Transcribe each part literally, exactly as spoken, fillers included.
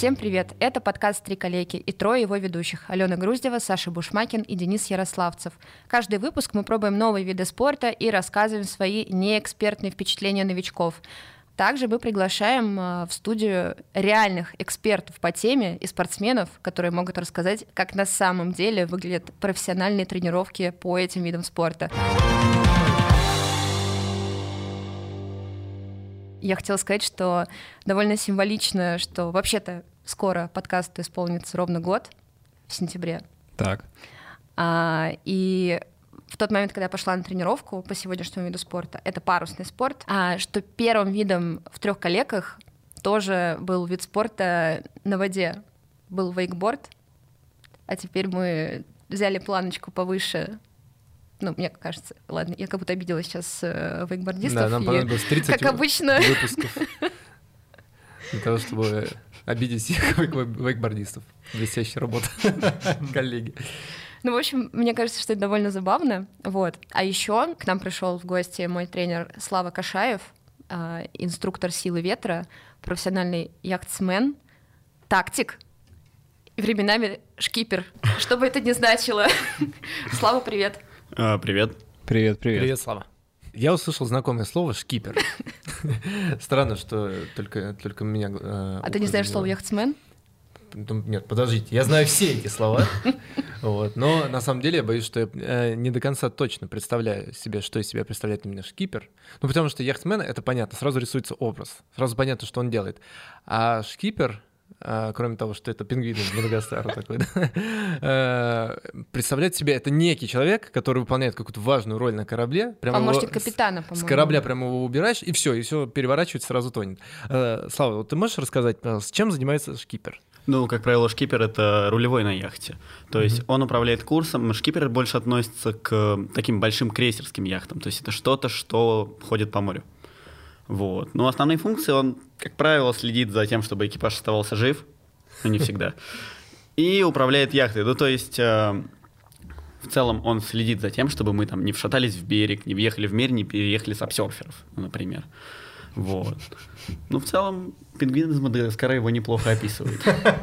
Всем привет! Это подкаст «Три коллеги» и трое его ведущих — Алена Груздева, Саша Бушмакин и Денис Ярославцев. Каждый выпуск мы пробуем новые виды спорта и рассказываем свои неэкспертные впечатления новичков. Также мы приглашаем в студию реальных экспертов по теме и спортсменов, которые могут рассказать, как на самом деле выглядят профессиональные тренировки по этим видам спорта. Я хотела сказать, что довольно символично, что вообще-то скоро подкасту исполнится ровно год, в сентябре. Так. А, и в тот момент, когда я пошла на тренировку по сегодняшнему виду спорта, это парусный спорт, а что первым видом в трех коллегах тоже был вид спорта на воде, был вейкборд, а теперь мы взяли планочку повыше. Ну, мне кажется, ладно, я как будто обиделась сейчас э, вейкбордистов. Да, нам и, понадобилось тридцать как обычно, выпусков для того, чтобы обидеть всех вейкбордистов. Блестящая работа, коллеги. Ну, в общем, мне кажется, что это довольно забавно. Вот. А еще к нам пришел в гости мой тренер Слава Кашаев, э, инструктор силы ветра, профессиональный яхтсмен, тактик и временами шкипер, что бы это ни значило. Слава, привет. А, привет. Привет, привет. Привет, Слава. Я услышал знакомое слово «шкипер». Странно, что только, только меня... Э, а ты не знаешь слово «яхтсмен»? Нет, подождите, я знаю все эти слова, вот, но на самом деле я боюсь, что я э, не до конца точно представляю себе, что из себя представляет именно шкипер. Ну, потому что яхтсмен — это понятно, сразу рисуется образ, сразу понятно, что он делает. А шкипер... Uh, кроме того, что это пингвин из Мадагаскара такой, да? uh, представлять себе, это некий человек, который выполняет какую-то важную роль на корабле. Прямо Помощник капитана, по-моему. С корабля прямо его убираешь, и все, и все переворачивается, сразу тонет. Uh, Слава, вот ты можешь рассказать, пожалуйста, чем занимается шкипер? Ну, как правило, шкипер — это рулевой на яхте. То есть mm-hmm. он управляет курсом. Шкипер больше относится к таким большим крейсерским яхтам. То есть это что-то, что ходит по морю. Вот. Но основные функции он, как правило, следит за тем, чтобы экипаж оставался жив, но не всегда, и управляет яхтой. Ну, то есть, э, в целом, он следит за тем, чтобы мы там не вшатались в берег, не въехали в море, не переехали с апсерферов, например. Вот. Ну, в целом, пингвин из Мадагаскара его неплохо описывает.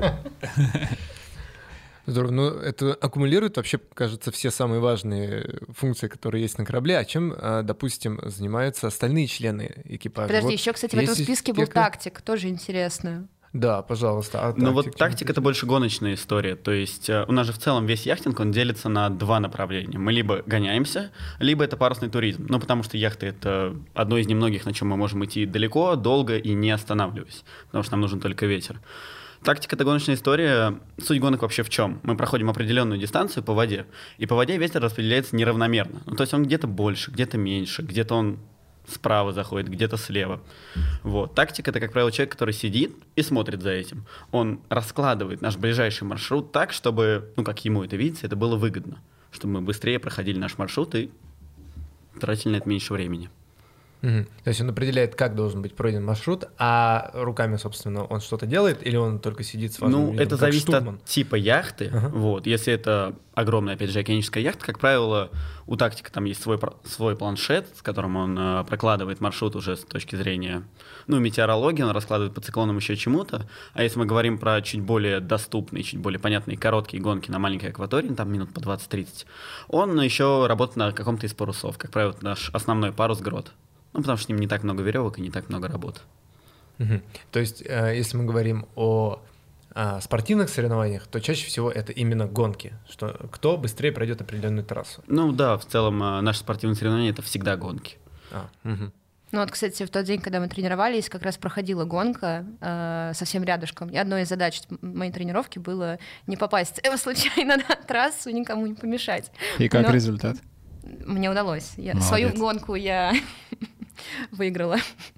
Здорово. Ну, это аккумулирует вообще, кажется, все самые важные функции, которые есть на корабле. А чем, допустим, занимаются остальные члены экипажа? Подожди, вот еще, кстати, в этом списке был как... тактик, тоже интересно. Да, пожалуйста. А ну вот тактик — это больше гоночная история. То есть у нас же в целом весь яхтинг, он делится на два направления. Мы либо гоняемся, либо это парусный туризм. Ну, потому что яхты — это одно из немногих, на чем мы можем идти далеко, долго и не останавливаясь. Потому что нам нужен только ветер. Тактика — это гоночная история. Суть гонок вообще в чем? Мы проходим определенную дистанцию по воде, и по воде ветер распределяется неравномерно. Ну, то есть он где-то больше, где-то меньше, где-то он справа заходит, где-то слева. Вот. Тактика — это, как правило, человек, который сидит и смотрит за этим. Он раскладывает наш ближайший маршрут так, чтобы, ну, как ему это видится, это было выгодно, чтобы мы быстрее проходили наш маршрут и тратили на это меньше времени. Угу. То есть он определяет, как должен быть пройден маршрут, а руками, собственно, он что-то делает, или он только сидит с важным Ну, видом, это зависит штурман? от типа яхты. Uh-huh. Вот. Если это огромная, опять же, океаническая яхта, как правило, у тактика там есть свой, свой планшет, с которым он э, прокладывает маршрут уже с точки зрения, ну, метеорологии, он раскладывает по циклонам еще чему-то. А если мы говорим про чуть более доступные, чуть более понятные короткие гонки на маленькой акватории, там минут по двадцать-тридцать, он еще работает на каком-то из парусов. Как правило, наш основной парус — грот. Ну, потому что с ним не так много веревок и не так много работы. Угу. То есть, э, если мы говорим о, о спортивных соревнованиях, то чаще всего это именно гонки, что кто быстрее пройдет определенную трассу. Ну да, в целом э, наши спортивные соревнования — это всегда гонки. А, угу. Ну вот, кстати, в тот день, когда мы тренировались, как раз проходила гонка э, совсем рядышком. И одной из задач моей тренировки было не попасть случайно на трассу, никому не помешать. И как Но... результат? Мне удалось. Я, свою гонку я выиграла.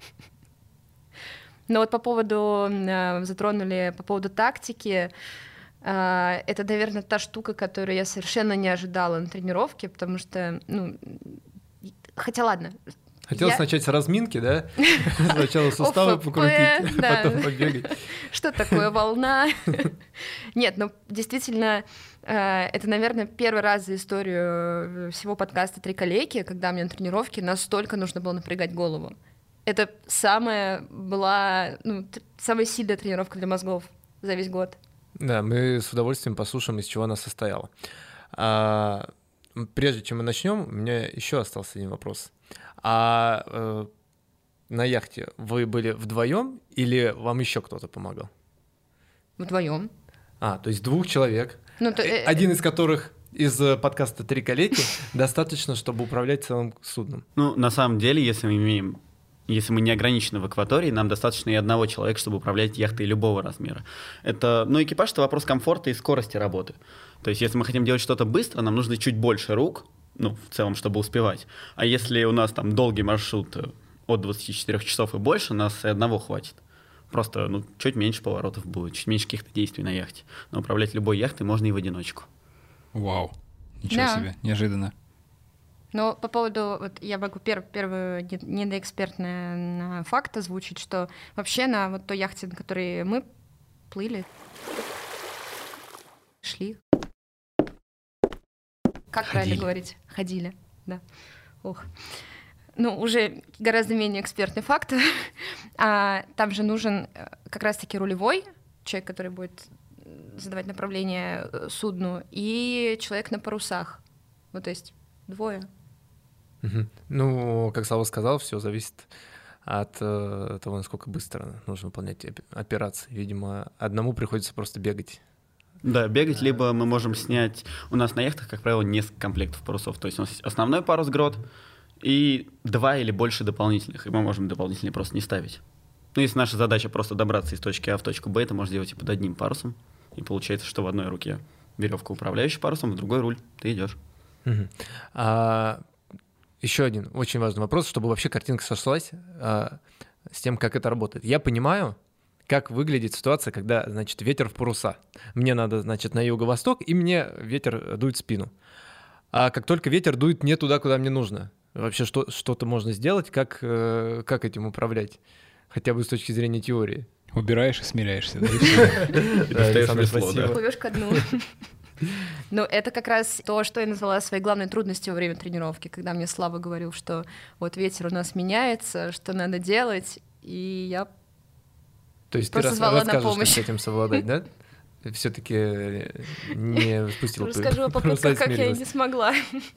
Но вот по поводу, э, затронули по поводу тактики, э, это, наверное, та штука, которую я совершенно не ожидала на тренировке, потому что, ну, хотя ладно. Хотелось я... начать с разминки, да? Сначала суставы покрутить, а потом побегать. Что такое волна? Нет, ну, действительно, это, наверное, первый раз за историю всего подкаста «Три коллеги», когда мне на тренировке настолько нужно было напрягать голову. Это самая была, ну, самая сильная тренировка для мозгов за весь год. Да, мы с удовольствием послушаем, из чего она состояла. А, прежде чем мы начнем, у меня еще остался один вопрос. А э, на яхте вы были вдвоем или вам еще кто-то помогал? Вдвоем. А, то есть двух человек, Ну, то, э, один из которых из подкаста «Три калеки» достаточно, чтобы управлять целым судном. Ну, на самом деле, если мы имеем Если мы не ограничены в акватории, нам достаточно и одного человека, чтобы управлять яхтой любого размера. Это, ну, экипаж — это вопрос комфорта и скорости работы. То есть, если мы хотим делать что-то быстро, нам нужно чуть больше рук, ну, в целом, чтобы успевать. А если у нас там долгий маршрут от двадцати четырёх часов и больше, нас и одного хватит. Просто, ну, чуть меньше поворотов будет, чуть меньше каких-то действий на яхте. Но управлять любой яхтой можно и в одиночку. Вау, ничего Да. себе, неожиданно. Но по поводу, вот я могу пер, первую недоэкспертный факт озвучить, что вообще на вот той яхте, на которой мы плыли, шли. Как Ходили. правильно говорить? Ходили, да. Ох. Ну, уже гораздо менее экспертный факт. А, там же нужен э, как раз-таки рулевой человек, который будет задавать направление э, судну, и человек на парусах. Вот, то есть двое. Мгм. Ну, как Слава сказал, все зависит от э, того, насколько быстро нужно выполнять оп- операции. Видимо, одному приходится просто бегать. Да, бегать, либо мы можем снять... У нас на яхтах, как правило, несколько комплектов парусов. То есть у нас есть основной парус грот и два или больше дополнительных. И мы можем дополнительные просто не ставить. Ну, если наша задача просто добраться из точки А в точку Б, это можно сделать и под одним парусом. И получается, что в одной руке веревка, управляющая парусом, в другой руль. Ты идешь. Мгм. А, еще один очень важный вопрос, чтобы вообще картинка сошлась а, с тем, как это работает. Я понимаю, как выглядит ситуация, когда, значит, ветер в паруса. Мне надо, значит, на юго-восток, и мне ветер дует в спину. А как только ветер дует не туда, куда мне нужно, вообще что, что-то можно сделать, как, э, как этим управлять? Хотя бы с точки зрения теории. Убираешь и смиряешься, да, и всё. Да, встаешь Александр, в весло, спасибо. да. Плывешь ко дну. Ну, это как раз то, что я назвала своей главной трудностью во время тренировки, когда мне Слава говорил, что вот ветер у нас меняется, что надо делать, и я... То есть ты Просто рас- звала на расскажешь, как помощь. с этим совладать, да? Все-таки не спустил Расскажу о попытках, как я не смогла.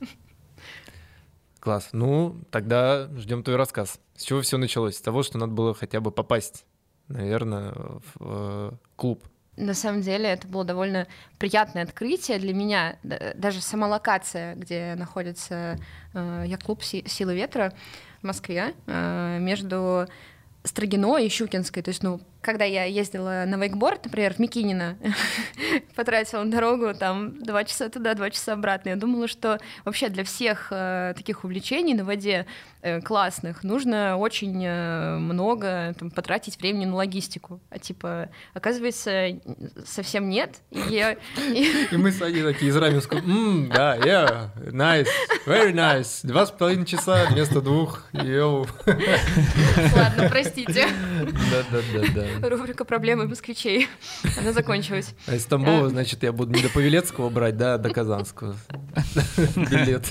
Класс. Ну, тогда ждем твой рассказ. С чего все началось? С того, что надо было хотя бы попасть, наверное, в э, клуб. На самом деле это было довольно приятное открытие для меня. Д- Даже сама локация, где находится э, яхт-клуб «Си- «Силы ветра» в Москве, э, между Строгино и Щукинской. То есть, ну, когда я ездила на вейкборд, например, в Микинино, потратила на дорогу там два часа туда, два часа обратно. Я думала, что вообще для всех э, таких увлечений на воде э, классных нужно очень э, много там, потратить времени на логистику. А типа, оказывается, совсем нет. И я- и- И мы с Аней такие из Раменска. «М, да, yeah, nice, very nice. Два с половиной часа вместо двух. Йоу. Ладно, простите. Да-да-да-да. Рубрика «Проблемы москвичей». Она закончилась. А из Тамбова, значит, я буду не до Павелецкого брать, да, а до Казанского. Билет.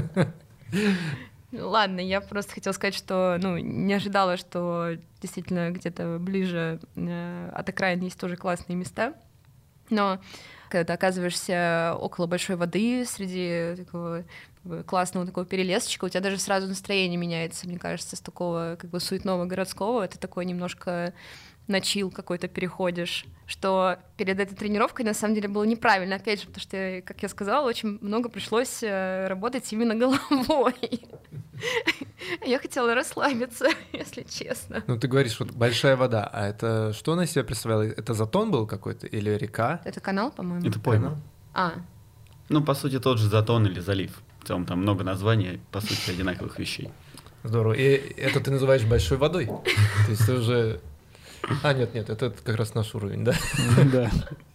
Ладно, я просто хотела сказать, что ну, не ожидала, что действительно где-то ближе э, от окраин есть тоже классные места. Но когда ты оказываешься около большой воды, среди такого как бы, классного такого перелесочка, у тебя даже сразу настроение меняется, мне кажется, с такого как бы суетного городского. Это такой немножко на чил какой-то переходишь, что перед этой тренировкой на самом деле было неправильно, опять же, потому что, как я сказала, очень много пришлось э, работать именно головой. Я хотела расслабиться, если честно. Ну, ты говоришь, вот большая вода, а это что она из себя представляла? Это затон был какой-то или река? Это канал, по-моему? Это пойма. А, Ну, по сути, тот же затон или залив. В целом там много названий, по сути, одинаковых вещей. Здорово. И это ты называешь большой водой? То есть ты уже... А, нет, нет, это как раз наш уровень, да? Да.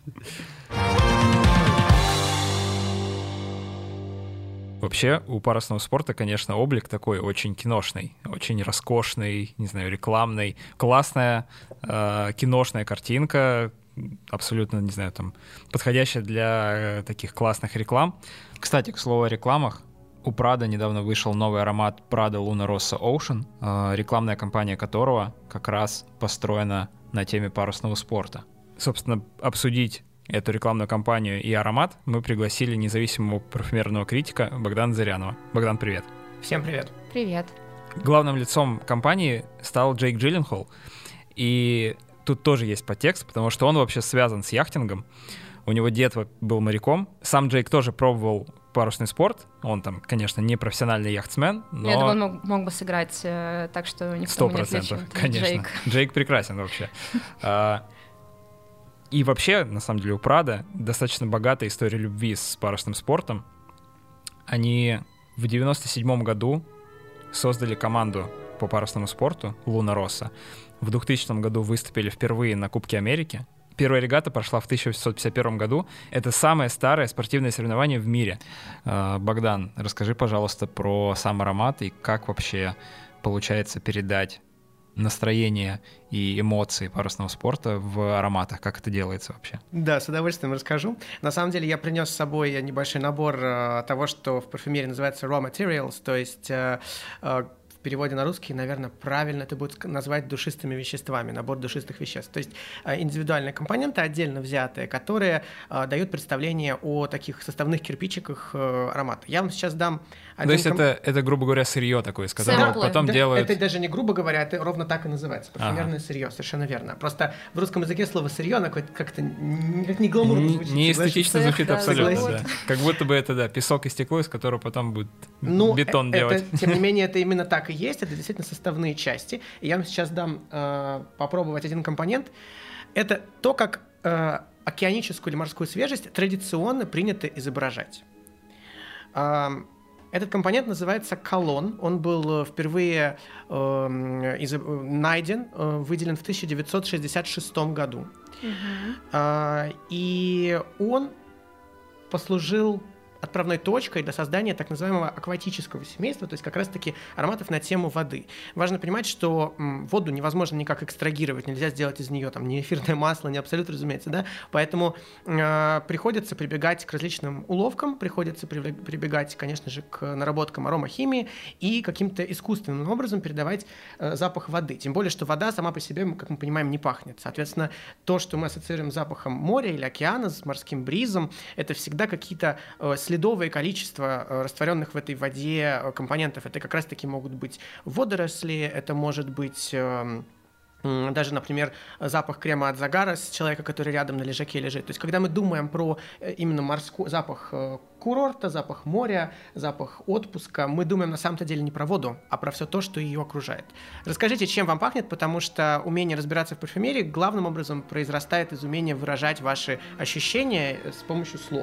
Вообще, у парусного спорта, конечно, облик такой очень киношный, очень роскошный, не знаю, рекламный. Классная э, киношная картинка, абсолютно, не знаю, там, подходящая для э, таких классных реклам. Кстати, к слову о рекламах, у Prada недавно вышел новый аромат Prada Luna Rossa Ocean, э, рекламная кампания которого как раз построена на теме парусного спорта. собственно, обсудить эту рекламную кампанию и аромат, мы пригласили независимого парфюмерного критика Богдана Зырянова. Богдан, привет. Всем привет. Привет. Главным лицом компании стал Джейк Джилленхол, и тут тоже есть подтекст, потому что он вообще связан с яхтингом. У него дед был моряком. Сам Джейк тоже пробовал парусный спорт. Он там, конечно, не профессиональный яхтсмен, но... Я думаю, он мог, мог бы сыграть э, так, что никто Сто бы не отличил. процентов, конечно. Джейк. Джейк прекрасен вообще. И вообще, на самом деле, у Прада достаточно богатая история любви с парусным спортом. Они в девяносто седьмом году создали команду по парусному спорту «Луна Росса». В двухтысячном году выступили впервые на Кубке Америки. Первая регата прошла в тысяча восемьсот пятьдесят первом году. Это самое старое спортивное соревнование в мире. Богдан, расскажи, пожалуйста, про сам аромат и как вообще получается передать настроение и эмоции парусного спорта в ароматах. Как это делается вообще? Да, с удовольствием расскажу. На самом деле я принес с собой небольшой набор э, того, что в парфюмерии называется raw materials, то есть э, э, в переводе на русский, наверное, правильно это будет назвать душистыми веществами, набор душистых веществ. То есть э, индивидуальные компоненты, отдельно взятые, которые э, дают представление о таких составных кирпичиках э, аромата. Я вам сейчас дам... То есть ком... это, это, грубо говоря, сырье такое, из которого Сэмплы. потом да, делают... Это даже не грубо говоря, это ровно так и называется. Парфюмерное ага. сырье, совершенно верно. Просто в русском языке слово сырье, оно как-то не гламурно звучит. Не эстетично звучит да, абсолютно, да. Как будто бы это, да, песок и стекло, из которого потом будет ну, бетон это, делать. Тем не менее, это именно так и есть. Это действительно составные части. И я вам сейчас дам э, попробовать один компонент. Это то, как э, океаническую или морскую свежесть традиционно принято изображать. Э, Этот компонент называется колон. Он был впервые э, из, найден, э, выделен в тысяча девятьсот шестьдесят шестом году. Mm-hmm. Э, и он послужил отправной точкой для создания так называемого акватического семейства, то есть как раз-таки ароматов на тему воды. Важно понимать, что м, воду невозможно никак экстрагировать, нельзя сделать из нее там ни эфирное масло, ни абсолют, разумеется, да, поэтому э, приходится прибегать к различным уловкам, приходится при, прибегать, конечно же, к наработкам аромахимии и каким-то искусственным образом передавать э, запах воды, тем более, что вода сама по себе, как мы понимаем, не пахнет. Соответственно, то, что мы ассоциируем с запахом моря или океана, с морским бризом, это всегда какие-то э, следовое количество растворенных в этой воде компонентов. Это как раз-таки могут быть водоросли, это может быть э, даже, например, запах крема от загара с человека, который рядом на лежаке лежит. То есть, когда мы думаем про именно морской запах курорта, запах моря, запах отпуска, мы думаем на самом-то деле не про воду, а про все то, что ее окружает. Расскажите, чем вам пахнет, потому что умение разбираться в парфюмерии главным образом произрастает из умения выражать ваши ощущения с помощью слов.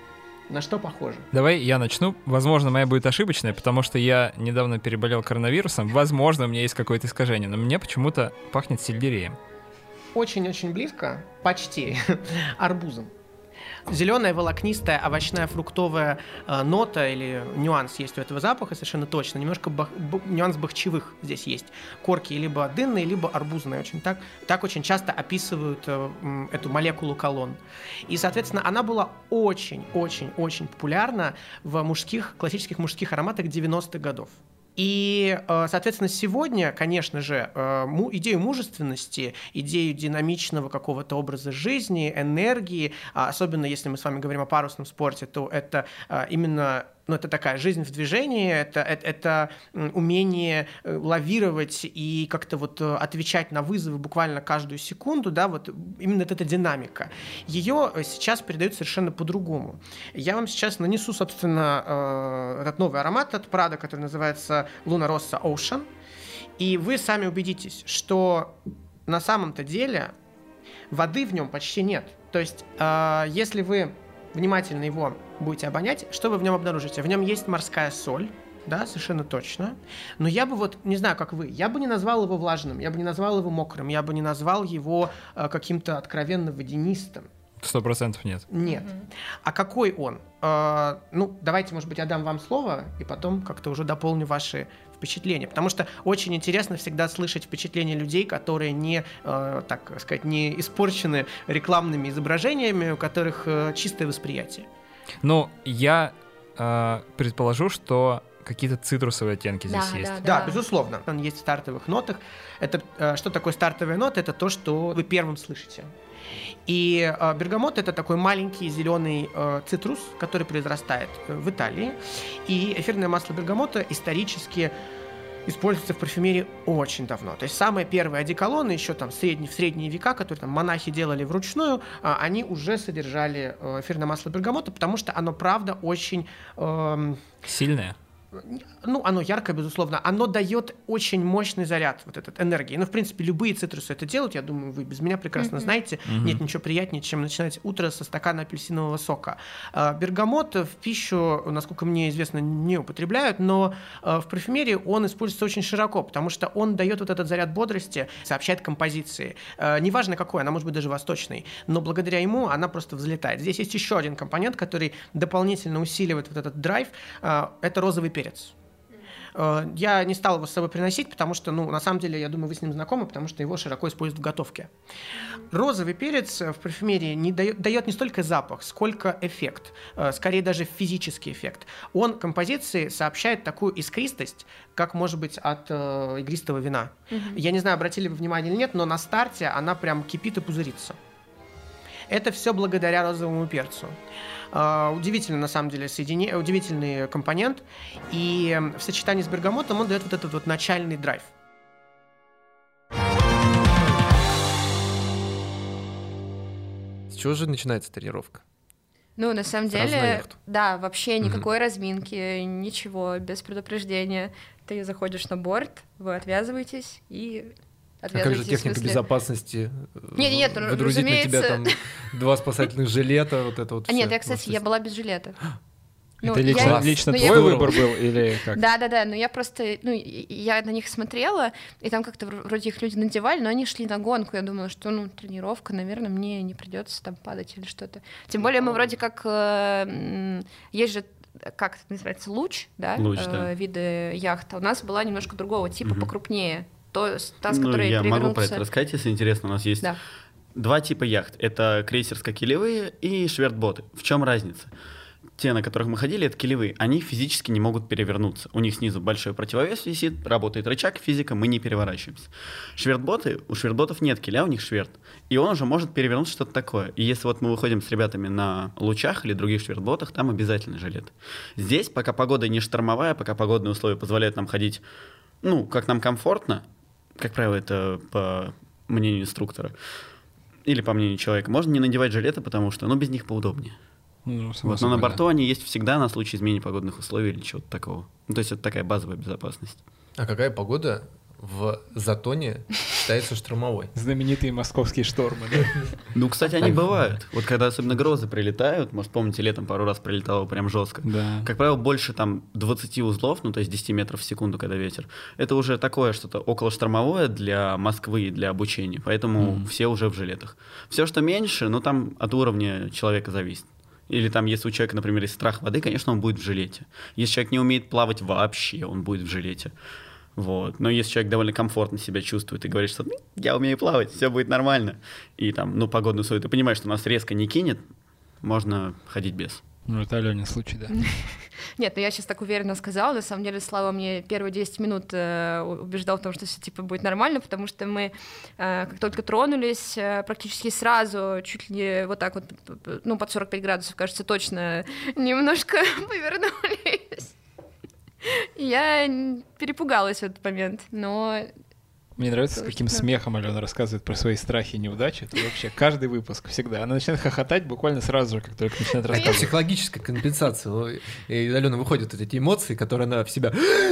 На что похоже? Давай я начну. Возможно, моя будет ошибочная, потому что я недавно переболел коронавирусом. Возможно, у меня есть какое-то искажение, но мне почему-то пахнет сельдереем. Очень-очень близко, почти, арбузом. Зеленая, волокнистая, овощная, фруктовая э, нота или нюанс есть у этого запаха, совершенно точно. Немножко бах, б, нюанс бахчевых здесь есть. Корки либо дынные, либо арбузные. Очень так, так очень часто описывают э, эту молекулу колон. И, соответственно, она была очень-очень-очень популярна в мужских, классических мужских ароматах девяностых годов. И, соответственно, сегодня, конечно же, идею мужественности, идею динамичного какого-то образа жизни, энергии, особенно если мы с вами говорим о парусном спорте, то это именно... Ну, это такая жизнь в движении, это, это, это умение лавировать и как-то вот отвечать на вызовы буквально каждую секунду, да, вот именно эта динамика. Ее сейчас передают совершенно по-другому. Я вам сейчас нанесу, собственно, этот новый аромат от Prada, который называется Luna Rossa Ocean, и вы сами убедитесь, что на самом-то деле воды в нем почти нет. То есть, если вы внимательно его будете обонять, что вы в нем обнаружите? В нем есть морская соль, да, совершенно точно. Но я бы вот, не знаю, как вы, я бы не назвал его влажным, я бы не назвал его мокрым, я бы не назвал его э, каким-то откровенно водянистым. Сто процентов нет. Нет. Mm-hmm. А какой он? Э, ну, давайте, может быть, я дам вам слово, и потом как-то уже дополню ваши впечатления. Потому что очень интересно всегда слышать впечатления людей, которые не, э, так сказать, не испорчены рекламными изображениями, у которых э, чистое восприятие. Ну, я э, предположу, что какие-то цитрусовые оттенки Да, здесь есть. Да, безусловно. Он есть в стартовых нотах. Это, э, что такое стартовые ноты? Это то, что вы первым слышите. И э, бергамот — это такой маленький зеленый э, цитрус, который произрастает э, в Италии. И эфирное масло бергамота исторически используется в парфюмерии очень давно. То есть самые первые одеколоны, еще там средние, в средние века, которые там монахи делали вручную, э, они уже содержали э, эфирное масло бергамота, потому что оно, правда, очень... Э, Сильное? Ну, оно яркое, безусловно. Оно дает очень мощный заряд вот этот энергии. Ну, в принципе, любые цитрусы это делают. Я думаю, вы без меня прекрасно mm-hmm. знаете. Mm-hmm. Нет ничего приятнее, чем начинать утро со стакана апельсинового сока. А, бергамот в пищу, насколько мне известно, не употребляют, но а, в парфюмерии он используется очень широко, потому что он дает вот этот заряд бодрости, сообщает композиции. А, неважно какой, она может быть даже восточной, но благодаря ему она просто взлетает. Здесь есть еще один компонент, который дополнительно усиливает вот этот драйв. А, это розовый перец. Я не стал его с собой приносить, потому что, ну, на самом деле, я думаю, вы с ним знакомы, потому что его широко используют в готовке. Розовый перец в парфюмерии не дает, дает не столько запах, сколько эффект, скорее даже физический эффект. Он композиции сообщает такую искристость, как может быть от э, игристого вина. Mm-hmm. Я не знаю, обратили вы внимание или нет, но на старте она прям кипит и пузырится. Это все благодаря розовому перцу. Uh, удивительный, на самом деле, соединение, удивительный компонент. И в сочетании с бергамотом он дает вот этот вот начальный драйв. С чего же начинается тренировка? Ну, на самом Сразу на деле, яхту. да, вообще никакой Mm-hmm. разминки, ничего, без предупреждения. Ты заходишь на борт, вы отвязываетесь и... А как же техника смысле... безопасности? Нет, нет, выдрузить разумеется... на тебя там два спасательных жилета, вот это вот а все. Нет, я, кстати, я была без жилета. Это Ну, лично, я- лично ну, твой я- выбор был или как? Да, да, да, но я просто, ну, я на них смотрела, и там как-то вроде их люди надевали, но они шли на гонку. Я думала, что, ну, тренировка, наверное, мне не придется там падать или что-то. Тем более мы вроде как, э, м, есть же, как это называется, луч, да, Луч, э, да. виды яхт. А у нас была немножко другого типа, Мгм. покрупнее. То, та, с Ну, которой я могу про перевернуться... это рассказать, если интересно. У нас есть Да. два типа яхт. Это крейсерско-килевые и швертботы. В чем разница? Те, на которых мы ходили, это килевые. Они физически не могут перевернуться. У них снизу большой противовес висит, работает рычаг, физика, мы не переворачиваемся. Швертботы, у швертботов нет киля, у них шверт. И он уже может перевернуть что-то такое. И если вот мы выходим с ребятами на лучах или других швертботах, там обязательно жилет. Здесь, пока погода не штормовая, пока погодные условия позволяют нам ходить, ну, как нам комфортно, как правило, это по мнению инструктора или по мнению человека, можно не надевать жилеты, потому что, ну, без них поудобнее. Ну, само Вот, но на собой, борту они есть всегда на случай изменения погодных условий или чего-то такого. Ну, то есть это такая базовая безопасность. А какая погода в Затоне считается штормовой? да. Знаменитые московские штормы, да? Ну, кстати, они бывают. Вот когда особенно грозы прилетают, может, помните, летом пару раз прилетало прям жестко. Да. Как правило, больше там двадцати узлов, ну, то есть десять метров в секунду, когда ветер. Это уже такое что-то околоштормовое для Москвы и для обучения, поэтому Мгм. все уже в жилетах. Все, что меньше, ну, там от уровня человека зависит. Или там, если у человека, например, есть страх воды, конечно, он будет в жилете. Если человек не умеет плавать вообще, он будет в жилете. Вот. Но если человек довольно комфортно себя чувствует и говорит, что «Ну, я умею плавать, все будет нормально, и там, ну, погодные условия, ты понимаешь, что нас резко не кинет, можно ходить без. Ну, это Алёнин случай, да. Нет, ну я сейчас так уверенно сказала. На самом деле, Слава мне первые десять минут э, убеждал в том, что все типа будет нормально, потому что мы э, как только тронулись, э, практически сразу, чуть ли не вот так вот, ну, под сорок пять градусов, кажется, точно немножко повернулись. И я перепугалась в этот момент, но... Мне нравится, с Точно. каким смехом Алена рассказывает про свои страхи и неудачи. Это вообще каждый выпуск всегда. Она начинает хохотать буквально сразу же, как только начинает Это рассказывать. психологическая компенсация. И из Алены выходят вот эти эмоции, которые она в себя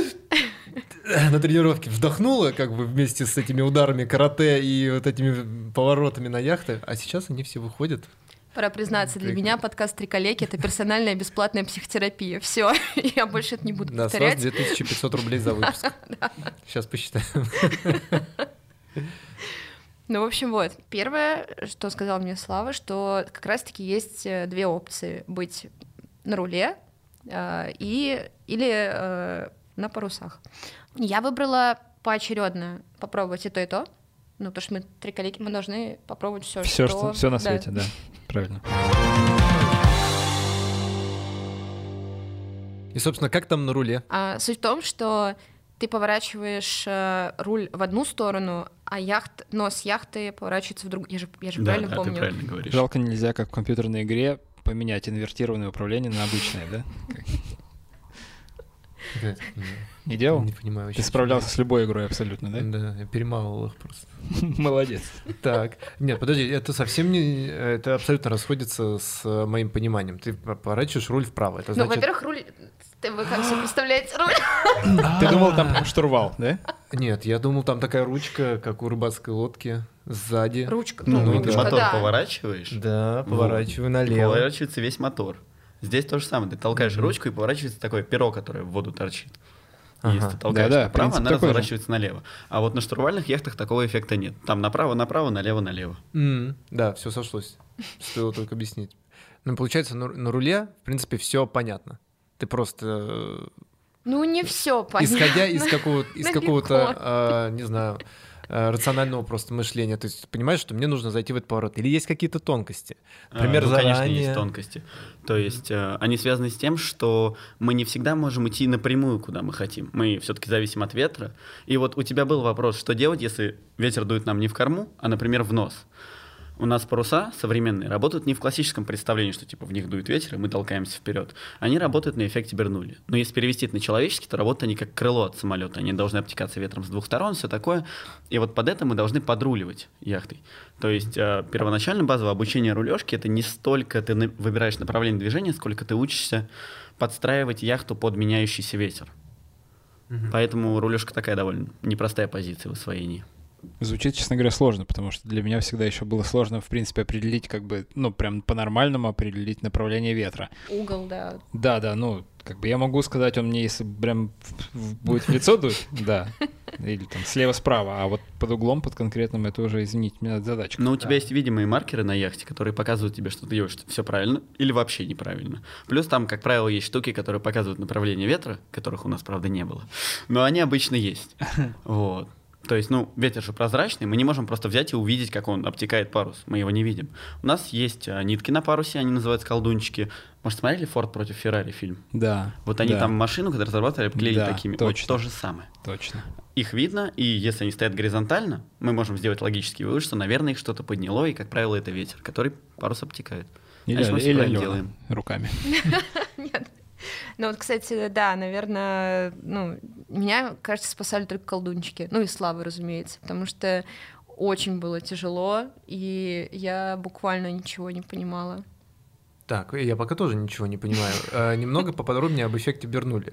на тренировке вдохнула, как бы вместе с этими ударами карате и вот этими поворотами на яхте, а сейчас они все выходят. Пора признаться, для меня подкаст «Три коллеги» — это персональная бесплатная психотерапия. Все, я больше это не буду Да, с вас повторять. две тысячи пятьсот рублей за выпуск. Сейчас посчитаем. Ну, в общем, вот. Первое, что сказал мне Слава, что как раз-таки есть э, две опции: быть на руле э, и, или э, на парусах. Я выбрала поочередно попробовать и то, и то. Ну, потому что мы три коллеги, мы должны попробовать все, Все, что... что, все на да. свете, да. Правильно. Ну, И, собственно, как там на руле? А, суть в том, что ты поворачиваешь э, руль в одну сторону, а яхт, нос яхты поворачивается в другую. Я же, я же Да, правильно да, помню? ты правильно говоришь. Жалко, нельзя, как в компьютерной игре, поменять инвертированное управление на обычное, да? Не делал? Не понимаю вообще. Ты справлялся с любой игрой абсолютно, да? Да, я перемалывал их просто. Молодец. Так, нет, подожди, это совсем не, это абсолютно расходится с моим пониманием. Ты поворачиваешь руль вправо, это Ну, значит... во-первых, руль... Ты, вы как себе представляете руль? Ты думал, там штурвал, да? Нет, я думал, там такая ручка, как у рыбацкой лодки, сзади. Ручка. Ну, Ну, ты да. мотор да. поворачиваешь, Да, Вот. поворачиваю и налево. поворачивается весь мотор. Здесь то же самое. Ты толкаешь Мгм. ручку, и поворачивается такое перо, которое в воду торчит. И Ага. Если ты толкаешь Да-да, направо, принцип она такой же. разворачивается налево. А вот на штурвальных яхтах такого эффекта нет. Там направо-направо, налево-налево. М, Да, все сошлось. Стоило только объяснить. Ну, получается, на на руле, в принципе, все понятно. Ты просто, э, Ну, не все понятно. исходя из какого- из Далеко. какого-то, э, не знаю, э, рационального просто мышления, то есть понимаешь, что мне нужно зайти в этот поворот. Или есть какие-то тонкости? Например, А, ну, конечно, заранее. есть тонкости. То есть э, они связаны с тем, что мы не всегда можем идти напрямую, куда мы хотим. Мы все-таки зависим от ветра. И вот у тебя был вопрос, что делать, если ветер дует нам не в корму, а, например, в нос. У нас паруса современные работают не в классическом представлении, что типа в них дует ветер, и мы толкаемся вперед. Они работают на эффекте Бернулли. Но если перевести это на человеческий, то работают они как крыло от самолета. Они должны обтекаться ветром с двух сторон, все такое. И вот под это мы должны подруливать яхтой. То есть э, первоначально базовое обучение рулежки — это не столько ты на- выбираешь направление движения, сколько ты учишься подстраивать яхту под меняющийся ветер. Мгм. Поэтому рулежка такая довольно непростая позиция в освоении. Звучит, честно говоря, сложно, потому что для меня всегда еще было сложно, в принципе, определить, как бы, ну, прям по-нормальному определить направление ветра. Угол, да. Да, да, ну, как бы я могу сказать, он мне, если прям в- в- будет в лицо дуть, да, или там слева-справа, а вот под углом, под конкретным, это уже, извините, мне надо задачка. Но у тебя есть видимые маркеры на яхте, которые показывают тебе, что ты делаешь все правильно или вообще неправильно. Плюс там, как правило, есть штуки, которые показывают направление ветра, которых у нас, правда, не было. Но они обычно есть. Вот. То есть, ну, ветер же прозрачный, мы не можем просто взять и увидеть, как он обтекает парус. Мы его не видим. У нас есть а, нитки на парусе, они называются колдунчики. Может, смотрели «Форд против Феррари» фильм? Да. Вот они да, там машину, когда разрабатывали, обклеили Да, такими. точно. Вот то же самое. Точно. Их видно, и если они стоят горизонтально, мы можем сделать логический вывод, что, наверное, их что-то подняло, и, как правило, это ветер, который парус обтекает. Или, Значит, мы всё или правильно Алена делаем. руками. Нет. Ну вот, кстати, да, наверное, ну, меня, кажется, спасали только колдунчики. Ну и Слава, разумеется, потому что очень было тяжело, и я буквально ничего не понимала. Так, я пока тоже ничего не понимаю. Э, Немного поподробнее об эффекте Бернулли.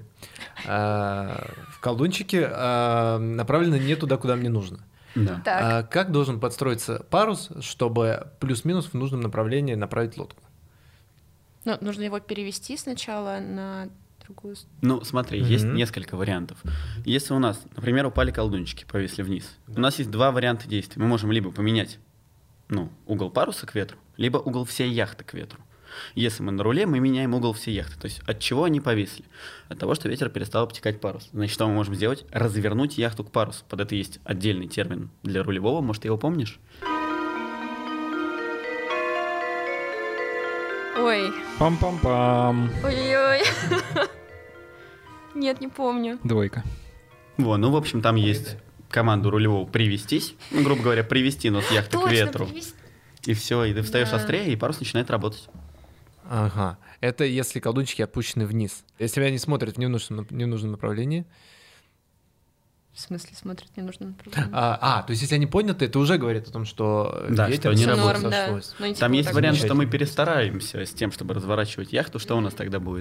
Э, В колдунчике э, направлено не туда, куда мне нужно. Да. Так, А как должен подстроиться парус, чтобы плюс-минус в нужном направлении направить лодку? ну, нужно его перевести сначала на другую сторону. Ну, смотри, есть Мгм. несколько вариантов. Если у нас, например, упали колдунчики, повисли вниз, у нас есть два варианта действий. Мы можем либо поменять ну, угол паруса к ветру, либо угол всей яхты к ветру. Если мы на руле, мы меняем угол всей яхты. То есть от чего они повисли? От того, что ветер перестал обтекать парус. Значит, что мы можем сделать? Развернуть яхту к парусу. Под это есть отдельный термин для рулевого. Может, ты его помнишь? Ой, Пам-пам-пам. ой-ой-ой. Нет, не помню. Двойка. Во, ну, в общем, там есть команду рулевого «привестись». Ну, грубо говоря, привести нос яхты к Точно, ветру. привести. И все, и ты встаешь Да. острее, и парус начинает работать. Ага. Это если колдунчики опущены вниз. Если они смотрят в ненужном, ненужном направлении. В смысле, смотрит, не нужно направление. А, а, то есть если они подняты, это уже говорит о том, что Да, ветер что они всё работают. Норм, да. сошлось. Но не типа Там вот есть так вариант, вот. что мы замечательно. перестараемся с тем, чтобы разворачивать яхту. Что у нас тогда будет?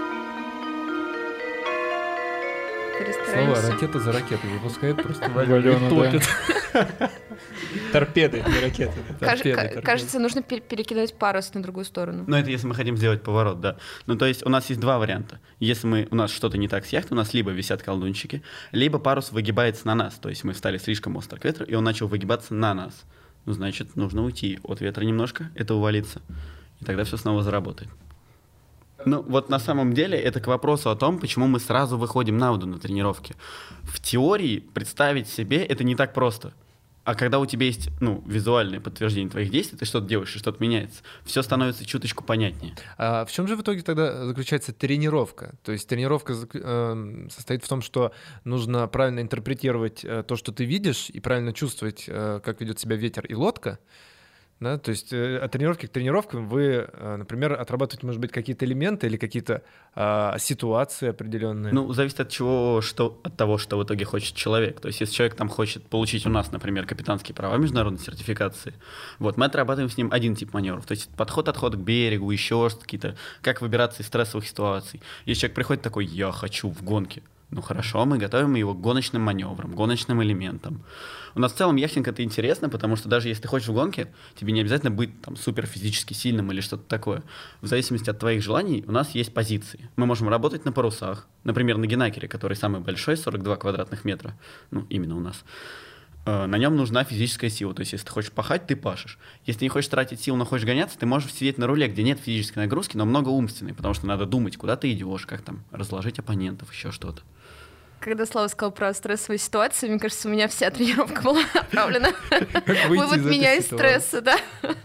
Слова Перестараемся. ракета за ракетой выпускает просто Валёна, да. топит. Торпеды, не ракеты. да. Каж- торпеды, ка- торпеды. Кажется, нужно пер- перекидывать парус на другую сторону. Ну, это если мы хотим сделать поворот, да. Ну, то есть у нас есть два варианта. Если мы, у нас что-то не так с яхтой, у нас либо висят колдунчики, либо парус выгибается на нас. То есть мы встали слишком остро к ветру, и он начал выгибаться на нас. Ну, значит, нужно уйти от ветра немножко, это увалиться. И тогда все снова заработает. Ну, вот на самом деле это к вопросу о том, почему мы сразу выходим на воду на тренировке. В теории представить себе это не так просто. А когда у тебя есть, ну, визуальное подтверждение твоих действий, ты что-то делаешь, и что-то меняется, все становится чуточку понятнее. А в чем же в итоге тогда заключается тренировка? То есть тренировка э, состоит в том, что нужно правильно интерпретировать э, то, что ты видишь, и правильно чувствовать, э, как ведет себя ветер и лодка. Да, то есть э, от тренировки к тренировкам вы, э, например, отрабатываете, может быть, какие-то элементы или какие-то э, ситуации определенные. Ну, зависит от чего, что, от того, что в итоге хочет человек. То есть если человек там хочет получить у нас, например, капитанские права международной сертификации, вот, мы отрабатываем с ним один тип маневров. То есть подход-отход к берегу, еще какие-то, как выбираться из стрессовых ситуаций. Если человек приходит такой, я хочу в гонке, ну хорошо, мы готовим его к гоночным маневрам, гоночным элементам. У нас в целом яхтинг это интересно, потому что даже если ты хочешь в гонке, тебе не обязательно быть там супер физически сильным или что-то такое. В зависимости от твоих желаний у нас есть позиции. Мы можем работать на парусах, например, на Генакере, который самый большой, сорок два квадратных метра, ну именно у нас. На нем нужна физическая сила, то есть если ты хочешь пахать, ты пашешь. Если не хочешь тратить силу, но хочешь гоняться, ты можешь сидеть на руле, где нет физической нагрузки, но много умственной, потому что надо думать, куда ты идешь, как там разложить оппонентов, еще что-то. Когда Слава сказал про стрессовые ситуации, мне кажется, у меня вся тренировка была направлена. Вывод меня из стресса, да.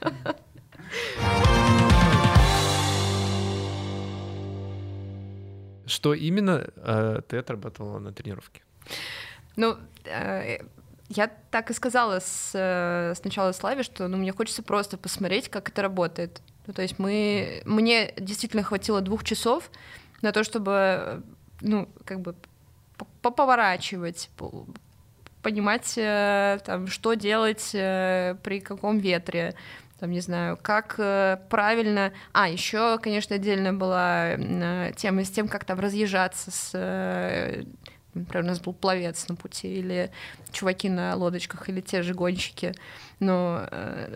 Что именно э, ты отрабатывала на тренировке? Ну, э, я так и сказала с, э, сначала Славе, что ну, мне хочется просто посмотреть, как это работает. Ну, то есть мы, мне действительно хватило двух часов на то, чтобы, ну, как бы поповорачивать, понимать, там, что делать при каком ветре, там, не знаю, как правильно... А, еще, конечно, отдельно была тема с тем, как там разъезжаться с... Например, у нас был пловец на пути, или чуваки на лодочках, или те же гонщики. Но...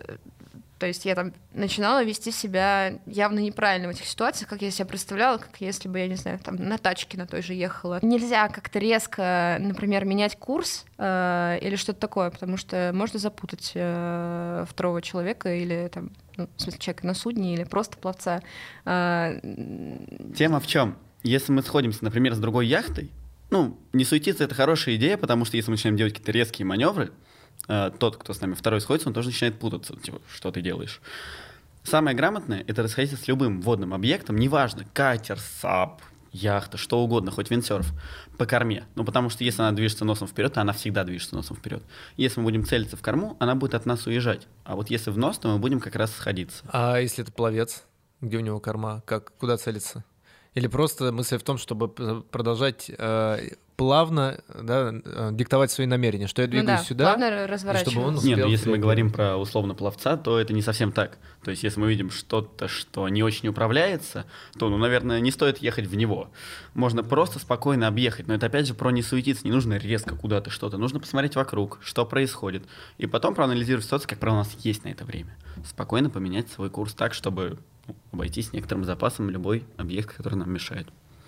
То есть я там начинала вести себя явно неправильно в этих ситуациях, как я себя представляла, как если бы, я не знаю, там на тачке на той же ехала. Нельзя как-то резко, например, менять курс э, или что-то такое, потому что можно запутать э, второго человека или там, ну, в смысле, человека на судне или просто пловца. Э, Тема в чем? Если мы сходимся, например, с другой яхтой, ну, не суетиться — это хорошая идея, потому что если мы начинаем делать какие-то резкие маневры, тот, кто с нами второй сходится, он тоже начинает путаться, типа, что ты делаешь. Самое грамотное — это расходиться с любым водным объектом, неважно, катер, сап, яхта, что угодно, хоть виндсерф, по корме. Ну, потому что если она движется носом вперед, то она всегда движется носом вперед. Если мы будем целиться в корму, она будет от нас уезжать. А вот если в нос, то мы будем как раз сходиться. А если это пловец, где у него корма, как, куда целиться? Или просто мысль в том, чтобы продолжать э, плавно, да, диктовать свои намерения, что я двигаюсь ну да, сюда, плавно разворачиваться. чтобы он успел. Нет, ну, если мы говорим про условно пловца, то это не совсем так. То есть если мы видим что-то, что не очень управляется, то, ну, наверное, не стоит ехать в него. Можно просто спокойно объехать, но это опять же про не суетиться, не нужно резко куда-то что-то, нужно посмотреть вокруг, что происходит, и потом проанализировать ситуацию, как правило, у нас есть на это время. Спокойно поменять свой курс так, чтобы обойтись некоторым запасом любой объект, который нам мешает.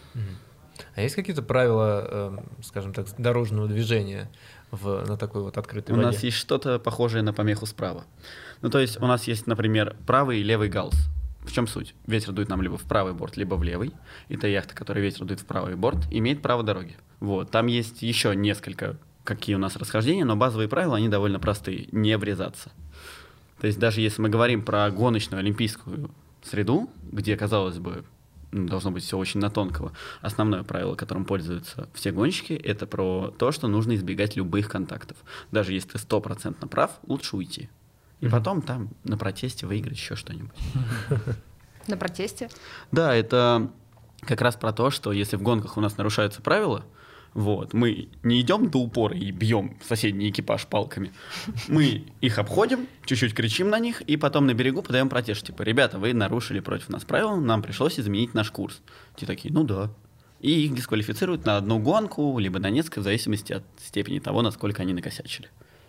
А есть какие-то правила, э, скажем так, дорожного движения в, на такой вот открытой у воде? У нас есть что-то похожее на помеху справа. Ну, то есть у нас есть, например, правый и левый галс. В чем суть? Ветер дует нам либо в правый борт, либо в левый. И та яхта, которая ветер дует в правый борт, имеет право дороги. Вот. Там есть еще несколько, какие у нас расхождения, но базовые правила, они довольно простые. Не врезаться. То есть даже если мы говорим про гоночную олимпийскую среду, где, казалось бы, должно быть все очень на тонкого. Основное правило, которым пользуются все гонщики, это про то, что нужно избегать любых контактов. Даже если ты стопроцентно прав, лучше уйти. И mm-hmm. потом там на протесте выиграть еще что-нибудь. На протесте? Да, это как раз про то, что если в гонках у нас нарушаются правила, вот, мы не идем до упора и бьем соседний экипаж палками. Мы их обходим, чуть-чуть кричим на них, и потом на берегу подаем протест. Типа, ребята, вы нарушили против нас правила, нам пришлось изменить наш курс. Те такие, ну да. И их дисквалифицируют на одну гонку, либо на несколько, в зависимости от степени того, насколько они накосячили.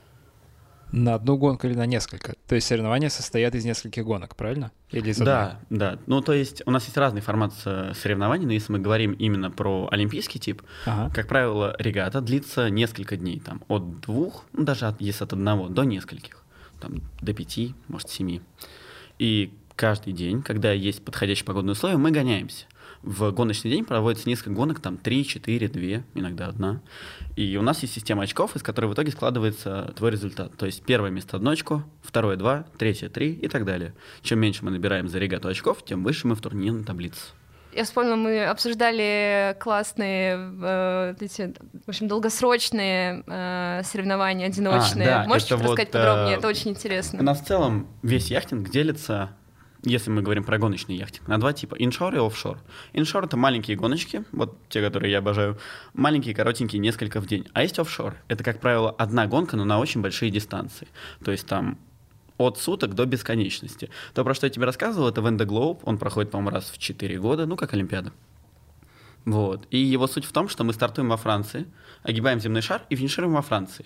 На одну гонку или на несколько? То есть соревнования состоят из нескольких гонок, правильно? Или из да, да. Ну, то есть у нас есть разный формат соревнований, но если мы говорим именно про олимпийский тип, ага. как правило, регата длится несколько дней, там, от двух, ну, даже от, если от одного, до нескольких, там, до пяти, может, семи. И каждый день, когда есть подходящие погодные условия, мы гоняемся. в гоночный день проводится несколько гонок, там три, четыре, две, иногда одна. И у нас есть система очков, из которой в итоге складывается твой результат. То есть первое место одно очко, второе два, третье три и так далее. Чем меньше мы набираем за регату очков, тем выше мы в турнирной таблице. Я вспомнила, мы обсуждали классные, э, эти, в общем, долгосрочные э, соревнования, одиночные. А, да, Можешь чуть вот, рассказать подробнее? э, Это очень интересно. У нас в целом весь яхтинг делится, если мы говорим про гоночный яхтинг, на два типа: иншор и офшор. Иншор — это маленькие гоночки, вот те, которые я обожаю, маленькие, коротенькие, несколько в день. А есть офшор. Это, как правило, одна гонка, но на очень большие дистанции. То есть там от суток до бесконечности. То, про что я тебе рассказывал, это Vendée Globe. Он проходит, по-моему, раз в четыре года, ну, как Олимпиада. Вот. И его суть в том, что мы стартуем во Франции, огибаем земной шар и финишируем во Франции.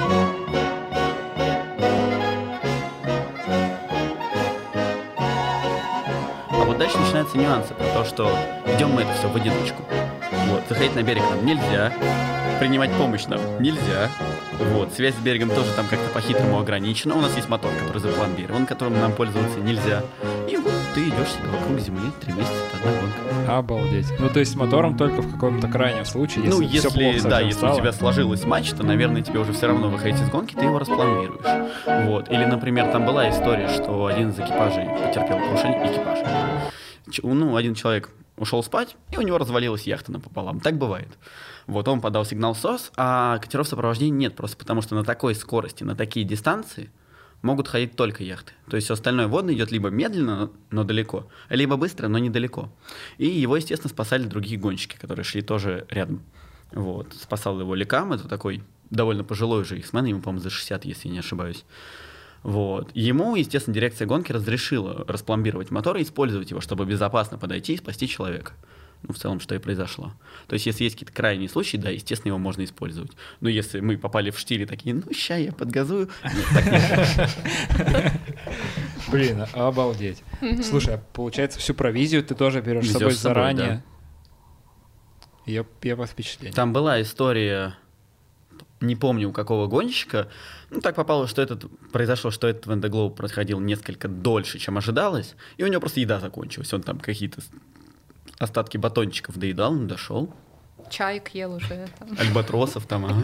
А вот дальше начинаются нюансы про то, что идем мы это все в одиночку. Вот. Заходить на берег нам нельзя, принимать помощь нам нельзя. Вот. Связь с берегом тоже там как-то по-хитрому ограничена. У нас есть мотор, который запломбирован, которым нам пользоваться нельзя. И вот ты идешь себе вокруг Земли три месяца, это одна гонка. Обалдеть. Ну, то есть с мотором только в каком-то крайнем случае, если Ну, всё плохо если, совсем да, если стало. у тебя сложилась матч, то, наверное, тебе уже все равно выходить из гонки, ты его распломбируешь. Вот. Или, например, там была история, что один из экипажей потерпел крушение, экипаж. Ч- Ну, один человек ушел спать, и у него развалилась яхта напополам. Так бывает. Вот, он подал сигнал СОС, а катеров сопровождения нет, просто потому что на такой скорости, на такие дистанции могут ходить только яхты. То есть все остальное водное идет либо медленно, но далеко, либо быстро, но недалеко. И его, естественно, спасали другие гонщики, которые шли тоже рядом. Вот. Спасал его Лекам, это такой довольно пожилой уже иксмен, ему, по-моему, за шестьдесят, если я не ошибаюсь. Вот. Ему, естественно, дирекция гонки разрешила распломбировать мотор и использовать его, чтобы безопасно подойти и спасти человека. Ну, в целом, что и произошло. То есть, если есть какие-то крайние случаи, да, естественно, его можно использовать. Но если мы попали в штиль и такие, ну, ща я подгазую, нет, так нельзя. Блин, обалдеть. Слушай, а получается, всю провизию ты тоже берешь с Везёшь собой с собой, заранее? Я, я под впечатлением. Там была история, не помню у какого гонщика, ну так попало, что этот произошло, что этот Vendée Globe происходил несколько дольше, чем ожидалось, и у него просто еда закончилась. Он там какие-то остатки батончиков доедал, ну, дошел. Чай ел уже. Там. Альбатросов там, ага.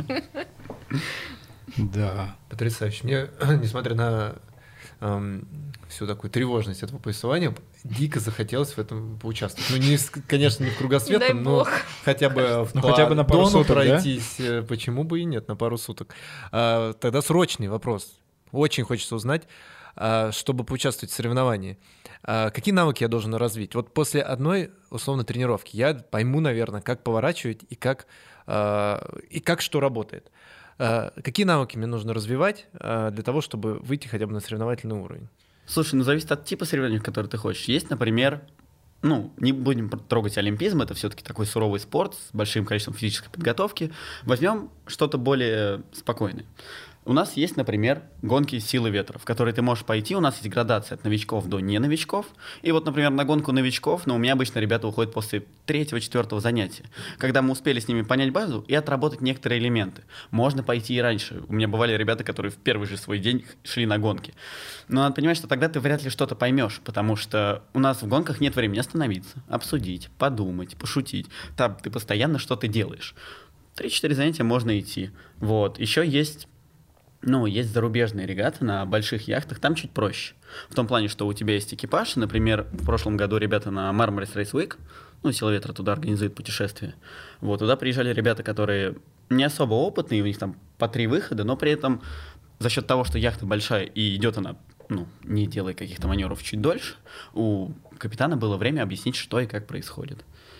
Да. Потрясающе. Мне, несмотря на эм, всю такую тревожность этого повествования, дико захотелось в этом поучаствовать. Ну, не, конечно, не в кругосветном, но бог. хотя бы Ну, по хотя бы на пару Дону суток, да? пройтись. э, Почему бы и нет, на пару суток. А, тогда срочный вопрос. Очень хочется узнать, а, чтобы поучаствовать в соревновании. А, какие навыки я должен развить? Вот после одной, условно, тренировки я пойму, наверное, как поворачивать и как, а, и как что работает. А, какие навыки мне нужно развивать а, для того, чтобы выйти хотя бы на соревновательный уровень? Слушай, ну зависит от типа соревнований, которые ты хочешь. Есть, например, ну, не будем трогать олимпизм, это все-таки такой суровый спорт с большим количеством физической подготовки. Возьмем что-то более спокойное. У нас есть, например, гонки силы ветра, в которые ты можешь пойти. У нас есть градация от новичков до не новичков. И вот, например, на гонку новичков, ну, у меня обычно ребята уходят после третьего-четвертого занятия, когда мы успели с ними понять базу и отработать некоторые элементы. Можно пойти и раньше. У меня бывали ребята, которые в первый же свой день шли на гонки. Но надо понимать, что тогда ты вряд ли что-то поймешь, потому что у нас в гонках нет времени остановиться, обсудить, подумать, пошутить. Там ты постоянно что-то делаешь. Три-четыре занятия можно идти. Вот. Еще есть... Ну, есть зарубежные регаты на больших яхтах, там чуть проще. В том плане, что у тебя есть экипаж. Например, в прошлом году ребята на Marmaris Race Week, ну, Сила ветра туда организует путешествие. Вот, туда приезжали ребята, которые не особо опытные, у них там по три выхода, но при этом за счет того, что яхта большая и идет она, ну, не делая каких-то маневров чуть дольше, у капитана было время объяснить, что и как происходит.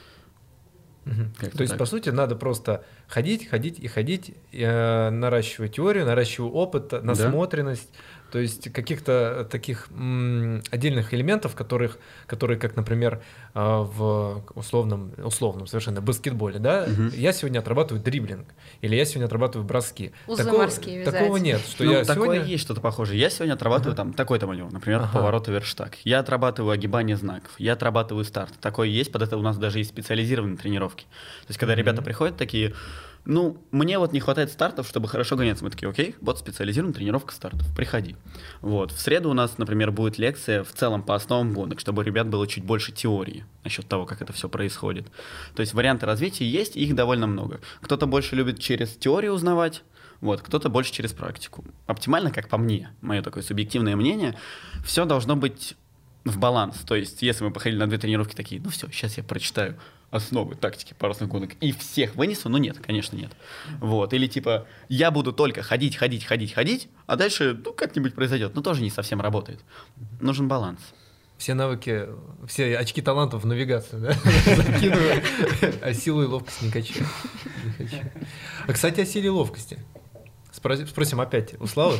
Как То есть, так. по сути, надо просто ходить, ходить и ходить, э, наращивать теорию, наращивать опыт, насмотренность, да. То есть каких-то таких м, отдельных элементов, которых, которые, как, например, э, в условном, условном совершенно баскетболе, да, угу. Я сегодня отрабатываю дриблинг, или я сегодня отрабатываю броски. Узлы такого, морские вязать. Такого нет, что ну, я такое сегодня... есть что-то похожее. Я сегодня отрабатываю ага. там такой-то маневр, например, ага. поворот оверштаг. Я отрабатываю огибание знаков, я отрабатываю старт. Такое есть, под это у нас даже есть специализированные тренировки. То есть, когда mm-hmm. ребята приходят такие, Ну, мне вот не хватает стартов, чтобы хорошо гоняться. Мы такие, окей, вот специализированная тренировка стартов, приходи. Вот. В среду у нас, например, будет лекция в целом по основам гонок, чтобы у ребят было чуть больше теории насчет того, как это все происходит. То есть варианты развития есть, их довольно много. Кто-то больше любит через теорию узнавать, вот, кто-то больше через практику. Оптимально, как по мне, мое такое субъективное мнение, все должно быть в баланс. То есть, если мы походили на две тренировки такие, ну все, сейчас я прочитаю основы тактики парусных гонок и всех вынесу, ну нет, конечно, нет. Вот. Или типа, я буду только ходить, ходить, ходить, ходить, а дальше, ну, как-нибудь произойдет. Но тоже не совсем работает. Нужен баланс. Все навыки, все очки талантов в навигацию, да? Закидываю, а силу и ловкость не качаю. А, кстати, о силе и ловкости. Спросим опять у Славы.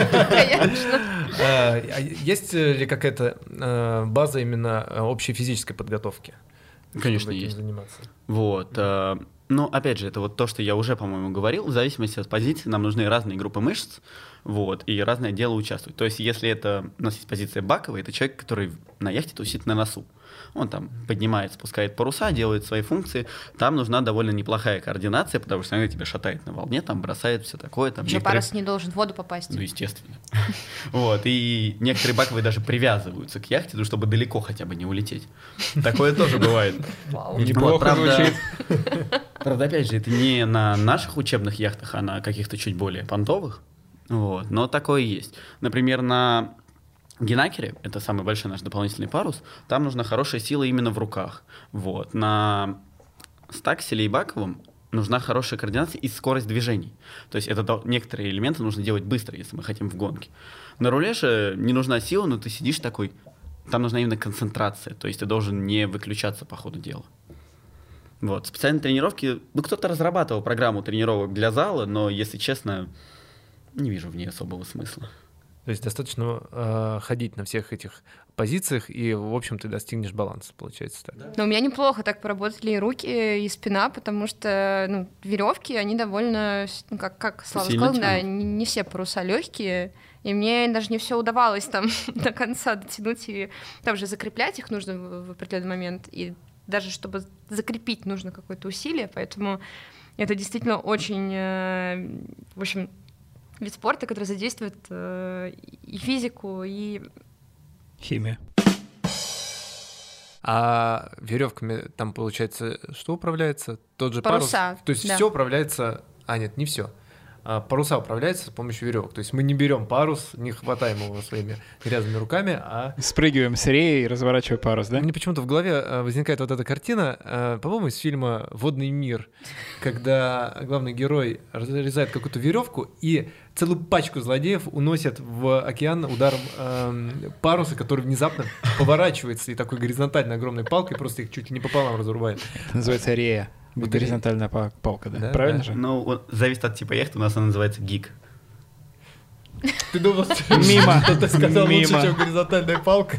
Есть ли какая-то база именно общей физической подготовки? Конечно, есть. Заниматься. Вот. Но, опять же, это вот то, что я уже, по-моему, говорил. В зависимости от позиции нам нужны разные группы мышц, вот, и разное дело участвует. То есть, если это у нас есть позиция баковая, это человек, который на яхте тусит на носу. Он там поднимает, спускает паруса, делает свои функции. Там нужна довольно неплохая координация, потому что иногда тебя шатает на волне, там бросает все такое. Там еще некоторые... парус не должен в воду попасть. Ну, естественно. Вот. И некоторые баковые даже привязываются к яхте, ну, чтобы далеко хотя бы не улететь. Такое тоже бывает. Неплохо звучит. Правда, опять же, это не на наших учебных яхтах, а на каких-то чуть более понтовых. Вот. Но такое есть. Например, на Гинакере, это самый большой наш дополнительный парус, там нужна хорошая сила именно в руках. Вот. На стакселе и баковом нужна хорошая координация и скорость движений. То есть это некоторые элементы нужно делать быстро, если мы хотим в гонке. На руле же не нужна сила, но ты сидишь такой, там нужна именно концентрация, то есть ты должен не выключаться по ходу дела. Вот. Специальные тренировки, ну кто-то разрабатывал программу тренировок для зала, но, если честно, не вижу в ней особого смысла. То есть достаточно э, ходить на всех этих позициях, и, в общем, ты достигнешь баланса, получается так. Но у меня неплохо так поработали и руки, и спина, потому что ну, веревки, они довольно, ну, как, как Слава сказал, да, не, не все паруса легкие, и мне даже не все удавалось там до конца дотянуть, и там же закреплять их нужно в, в определенный момент, и даже чтобы закрепить нужно какое-то усилие, поэтому это действительно очень, э, в общем, вид спорта, который задействует э, и физику, и химию. А веревками там, получается, что управляется? Тот же паруса, парус? То есть да. все управляется... А, нет, не все. А паруса управляются с помощью веревок. То есть мы не берем парус, не хватаем его своими грязными руками, а... Спрыгиваем с реи и разворачиваем парус, да? Мне почему-то в голове возникает вот эта картина, по-моему, из фильма «Водный мир», когда главный герой разрезает какую-то веревку и целую пачку злодеев уносят в океан ударом э, паруса, который внезапно поворачивается и такой горизонтальной огромной палкой просто их чуть ли не пополам разрубает. Это называется рея. Вот горизонтальная палка, да? да Правильно да. же? Ну, вот, зависит от типа яхты, у нас она называется гик. Ты думал, что мимо. Ты сказал мимо. лучше, чем горизонтальная палка?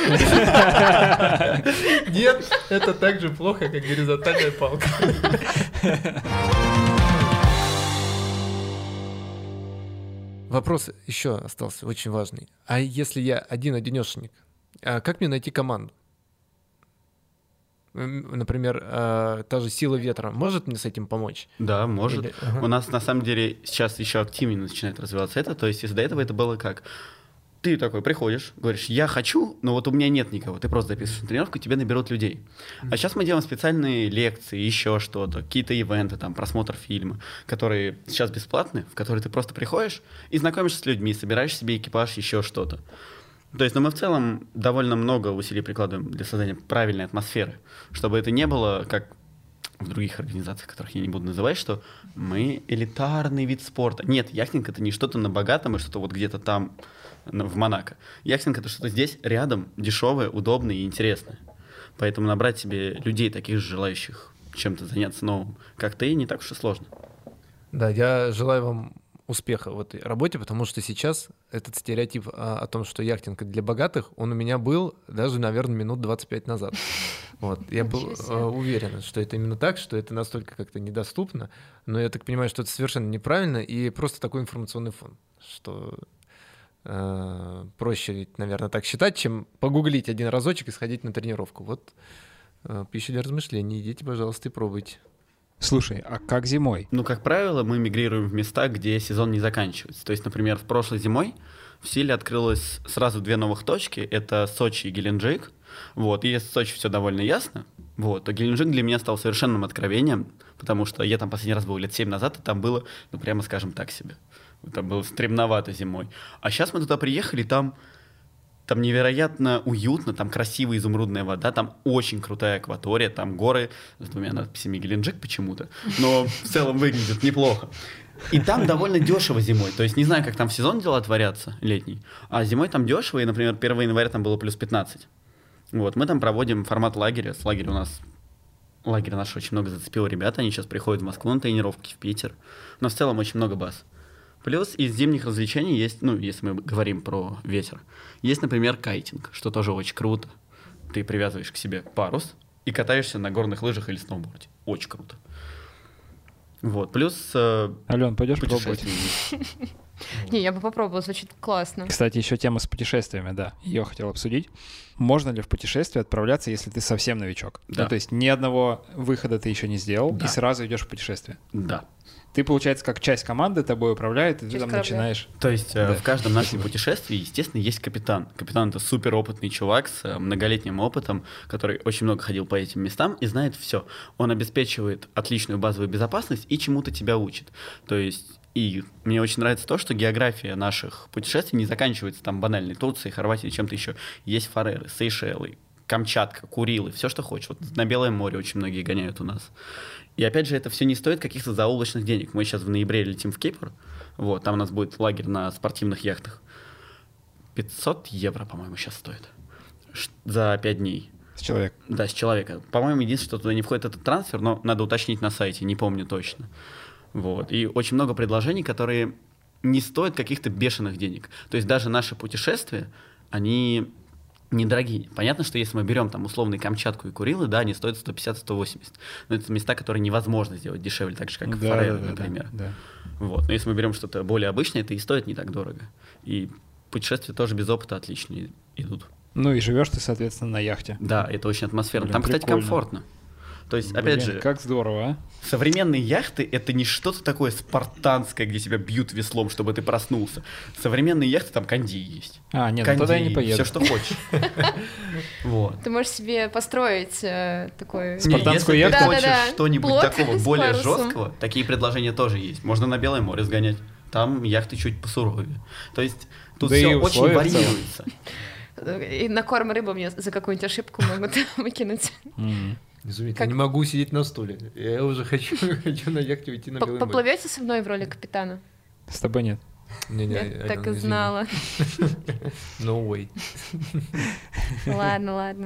Нет, это так же плохо, как горизонтальная палка. Вопрос еще остался очень важный. А если я один-одинешенек, как мне найти команду? Например, та же сила ветра может мне с этим помочь? Да, может. Или... Ага. У нас на самом деле сейчас еще активнее начинает развиваться это. То есть, если до этого это было как? Ты такой приходишь, говоришь, я хочу, но вот у меня нет никого. Ты просто записываешь на тренировку, тебе наберут людей. А сейчас мы делаем специальные лекции, еще что-то, какие-то ивенты, там, просмотр фильма, которые сейчас бесплатны, в которые ты просто приходишь и знакомишься с людьми, собираешь себе экипаж, еще что-то. То есть, ну, мы в целом довольно много усилий прикладываем для создания правильной атмосферы, чтобы это не было, как в других организациях, которых я не буду называть, что мы элитарный вид спорта. Нет, яхтинг — это не что-то на богатом и что-то вот где-то там в Монако. Яхтинг — это что-то здесь, рядом, дешевое, удобное и интересное. Поэтому набрать себе людей, таких же желающих чем-то заняться новым, как ты, не так уж и сложно. Да, я желаю вам успеха в этой работе, потому что сейчас этот стереотип о, о том, что яхтинг для богатых, он у меня был даже, наверное, минут двадцать пять назад. Вот. Я был э, уверен, что это именно так, что это настолько как-то недоступно, но я так понимаю, что это совершенно неправильно и просто такой информационный фон, что э, проще, наверное, так считать, чем погуглить один разочек и сходить на тренировку. Вот э, пища для размышлений. Идите, пожалуйста, и пробуйте. Слушай, а как зимой? Ну, как правило, мы мигрируем в места, где сезон не заканчивается. То есть, например, в прошлой зимой в Силе открылось сразу две новых точки. Это Сочи и Геленджик. Вот. И если в Сочи все довольно ясно, вот, то Геленджик для меня стал совершенным откровением, потому что я там последний раз был лет семь назад, и там было, ну, прямо скажем так себе. Там было стремновато зимой. А сейчас мы туда приехали, там... Там невероятно уютно, там красивая изумрудная вода, там очень крутая акватория, там горы с двумя надписями Геленджик почему-то, но в целом выглядит неплохо. И там довольно дешево зимой, то есть не знаю, как там в сезон дела творятся летний, а зимой там дешево, и, например, первого января там было плюс пятнадцать. Вот, мы там проводим формат лагеря, с лагеря у нас, лагерь наш очень много зацепил ребят, они сейчас приходят в Москву на тренировки, в Питер, но в целом очень много баз. Плюс из зимних развлечений есть, ну, если мы говорим про ветер, есть, например, кайтинг, что тоже очень круто. Ты привязываешь к себе парус и катаешься на горных лыжах или сноуборде. Очень круто. Вот, плюс э, Ален, пойдешь пробовать? путешествия. Не, я бы попробовала, звучит классно. Кстати, еще тема с путешествиями, да. Ее хотел обсудить. Можно ли в путешествие отправляться, если ты совсем новичок? Да. Ну, то есть ни одного выхода ты еще не сделал, Да. и сразу идешь в путешествие. Да. Ты, получается, как часть команды тобой управляет, и ты Часть там корабля. начинаешь... То есть э, Да. в каждом нашем Спасибо. путешествии, естественно, есть капитан. Капитан — это суперопытный чувак с э, многолетним опытом, который очень много ходил по этим местам и знает все. Он обеспечивает отличную базовую безопасность и чему-то тебя учит. То есть и мне очень нравится то, что география наших путешествий не заканчивается там банальной Турцией, Хорватией, чем-то еще. Есть Фареры, Сейшелы, Камчатка, Курилы, все, что хочешь. Вот на Белое море очень многие гоняют у нас. И опять же, это все не стоит каких-то заоблачных денег. Мы сейчас в ноябре летим в Кипр, вот, там у нас будет лагерь на спортивных яхтах. пятьсот евро, по-моему, сейчас стоит Ш- за пять дней. С человека. Да, с человека. По-моему, единственное, что туда не входит, это трансфер, но надо уточнить на сайте, не помню точно. Вот. И очень много предложений, которые не стоят каких-то бешеных денег. То есть даже наши путешествия, они недорогие. Понятно, что если мы берем там условный Камчатку и Курилы, да, они стоят сто пятьдесят - сто восемьдесят. Но это места, которые невозможно сделать дешевле, так же, как Да, Фареры, да, да, например. да, да. Вот. Но если мы берем что-то более обычное, это и стоит не так дорого. И путешествия тоже без опыта отлично и- идут. Ну и живешь ты, соответственно, на яхте. Да, это очень атмосферно. Блин, Там, кстати, прикольно. комфортно. То есть, Блин, опять же, как здорово, а? современные яхты — это не что-то такое спартанское, где тебя бьют веслом, чтобы ты проснулся. Современные яхты, там кондей есть. А, нет, ну тогда я не поеду. все, что хочешь. Вот. Ты можешь себе построить э, такой... Не, Спартанскую если ты яхту? хочешь Да-да-да. что-нибудь Плот такого с более парусом. жесткого, такие предложения тоже есть. Можно на Белое море сгонять. Там яхты чуть посуровее. То есть тут Да и все очень условия в целом. варьируется. И на корм рыбы мне за какую-нибудь ошибку могут выкинуть. М. Извините, Как- я не могу сидеть на стуле. Я уже хочу, хочу на яхте уйти на П- Белое море. Поплывете со мной в роли капитана? С тобой нет. Не-не, Я Алена, так и извини. знала. No way. Ладно, ладно.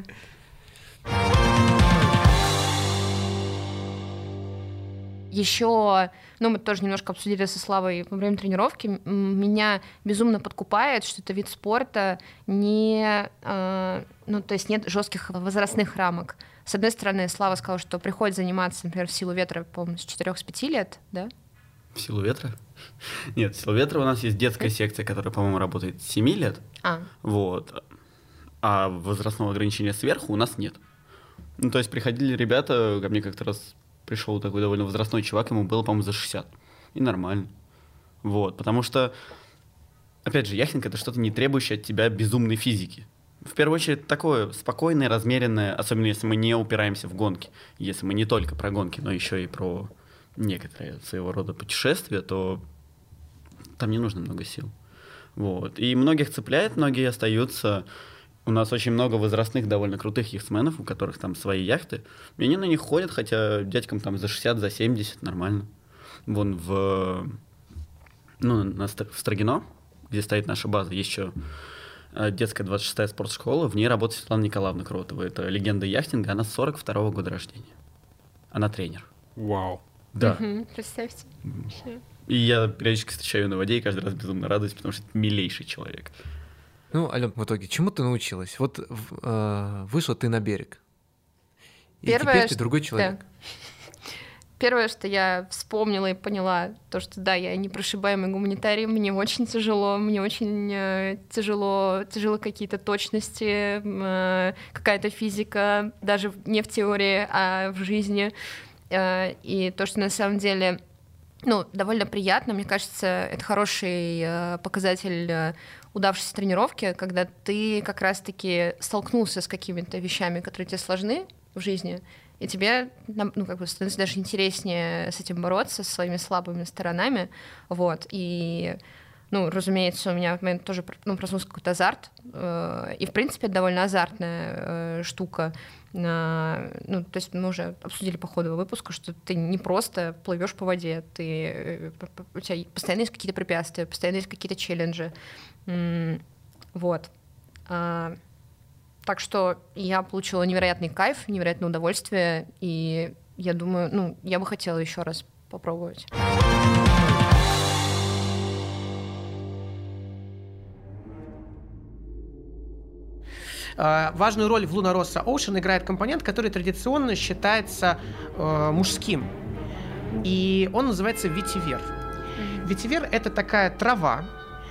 Еще, ну, мы тоже немножко обсудили со Славой во время тренировки, м, меня безумно подкупает, что это вид спорта не, э, ну, то есть нет жестких возрастных рамок. С одной стороны, Слава сказал, что приходит заниматься, например, в силу ветра, по-моему, с четырёх с пяти лет, да? В силу ветра? Нет, в силу ветра у нас есть детская секция, которая, по-моему, работает с семи лет. А, Вот. А возрастного ограничения сверху у нас нет. Ну, то есть приходили ребята, ко мне как-то раз пришел такой довольно возрастной чувак, ему было, по-моему, за шестьдесят. И нормально. Вот. Потому что, опять же, яхтинг — это что-то, не требующее от тебя безумной физики. В первую очередь, такое спокойное, размеренное, особенно если мы не упираемся в гонки. Если мы не только про гонки, но еще и про некоторые своего рода путешествия, то там не нужно много сил. Вот. И многих цепляет, многие остаются. У нас очень много возрастных, довольно крутых яхтсменов, у которых там свои яхты. И они на них ходят, хотя дядькам там за шестьдесят, за семьдесят нормально. Вон в, ну, на, Стр- в Строгино, где стоит наша база, есть еще э, детская двадцать шестая спортшкола. В ней работает Светлана Николаевна Кротова. Это легенда яхтинга. Она сорок второго года рождения. Она тренер. Вау. Да. мгм, представьте. Вообще. И я периодически встречаю ее на воде и каждый раз безумно радуюсь, потому что это милейший человек. Ну, Ален, в итоге, чему ты научилась? Вот в- э, вышла ты на берег. И Первое, теперь ты что- другой человек. Да. Первое, что я вспомнила и поняла, то, что да, я непрошибаемый гуманитарий, мне очень тяжело, мне очень э, тяжело, тяжело какие-то точности, э, какая-то физика, даже не в теории, а в жизни. И то, что на самом деле, ну, довольно приятно, мне кажется, это хороший показатель удавшейся тренировки, когда ты как раз-таки столкнулся с какими-то вещами, которые тебе сложны в жизни, и тебе, ну, как бы становится даже интереснее с этим бороться, со своими слабыми сторонами, вот, и, ну, разумеется, у меня в момент тоже, ну, проснулся какой-то азарт, э, и, в принципе, это довольно азартная э, штука, э, ну, то есть мы уже обсудили по ходу выпуска, что ты не просто плывешь по воде, ты, э, у тебя постоянно есть какие-то препятствия, постоянно есть какие-то челленджи, м- вот, а, так что я получила невероятный кайф, невероятное удовольствие, и я думаю, ну, я бы хотела еще раз попробовать. Важную роль в Luna Rossa Ocean играет компонент, который традиционно считается э, мужским, и он называется ветивер. Ветивер — это такая трава,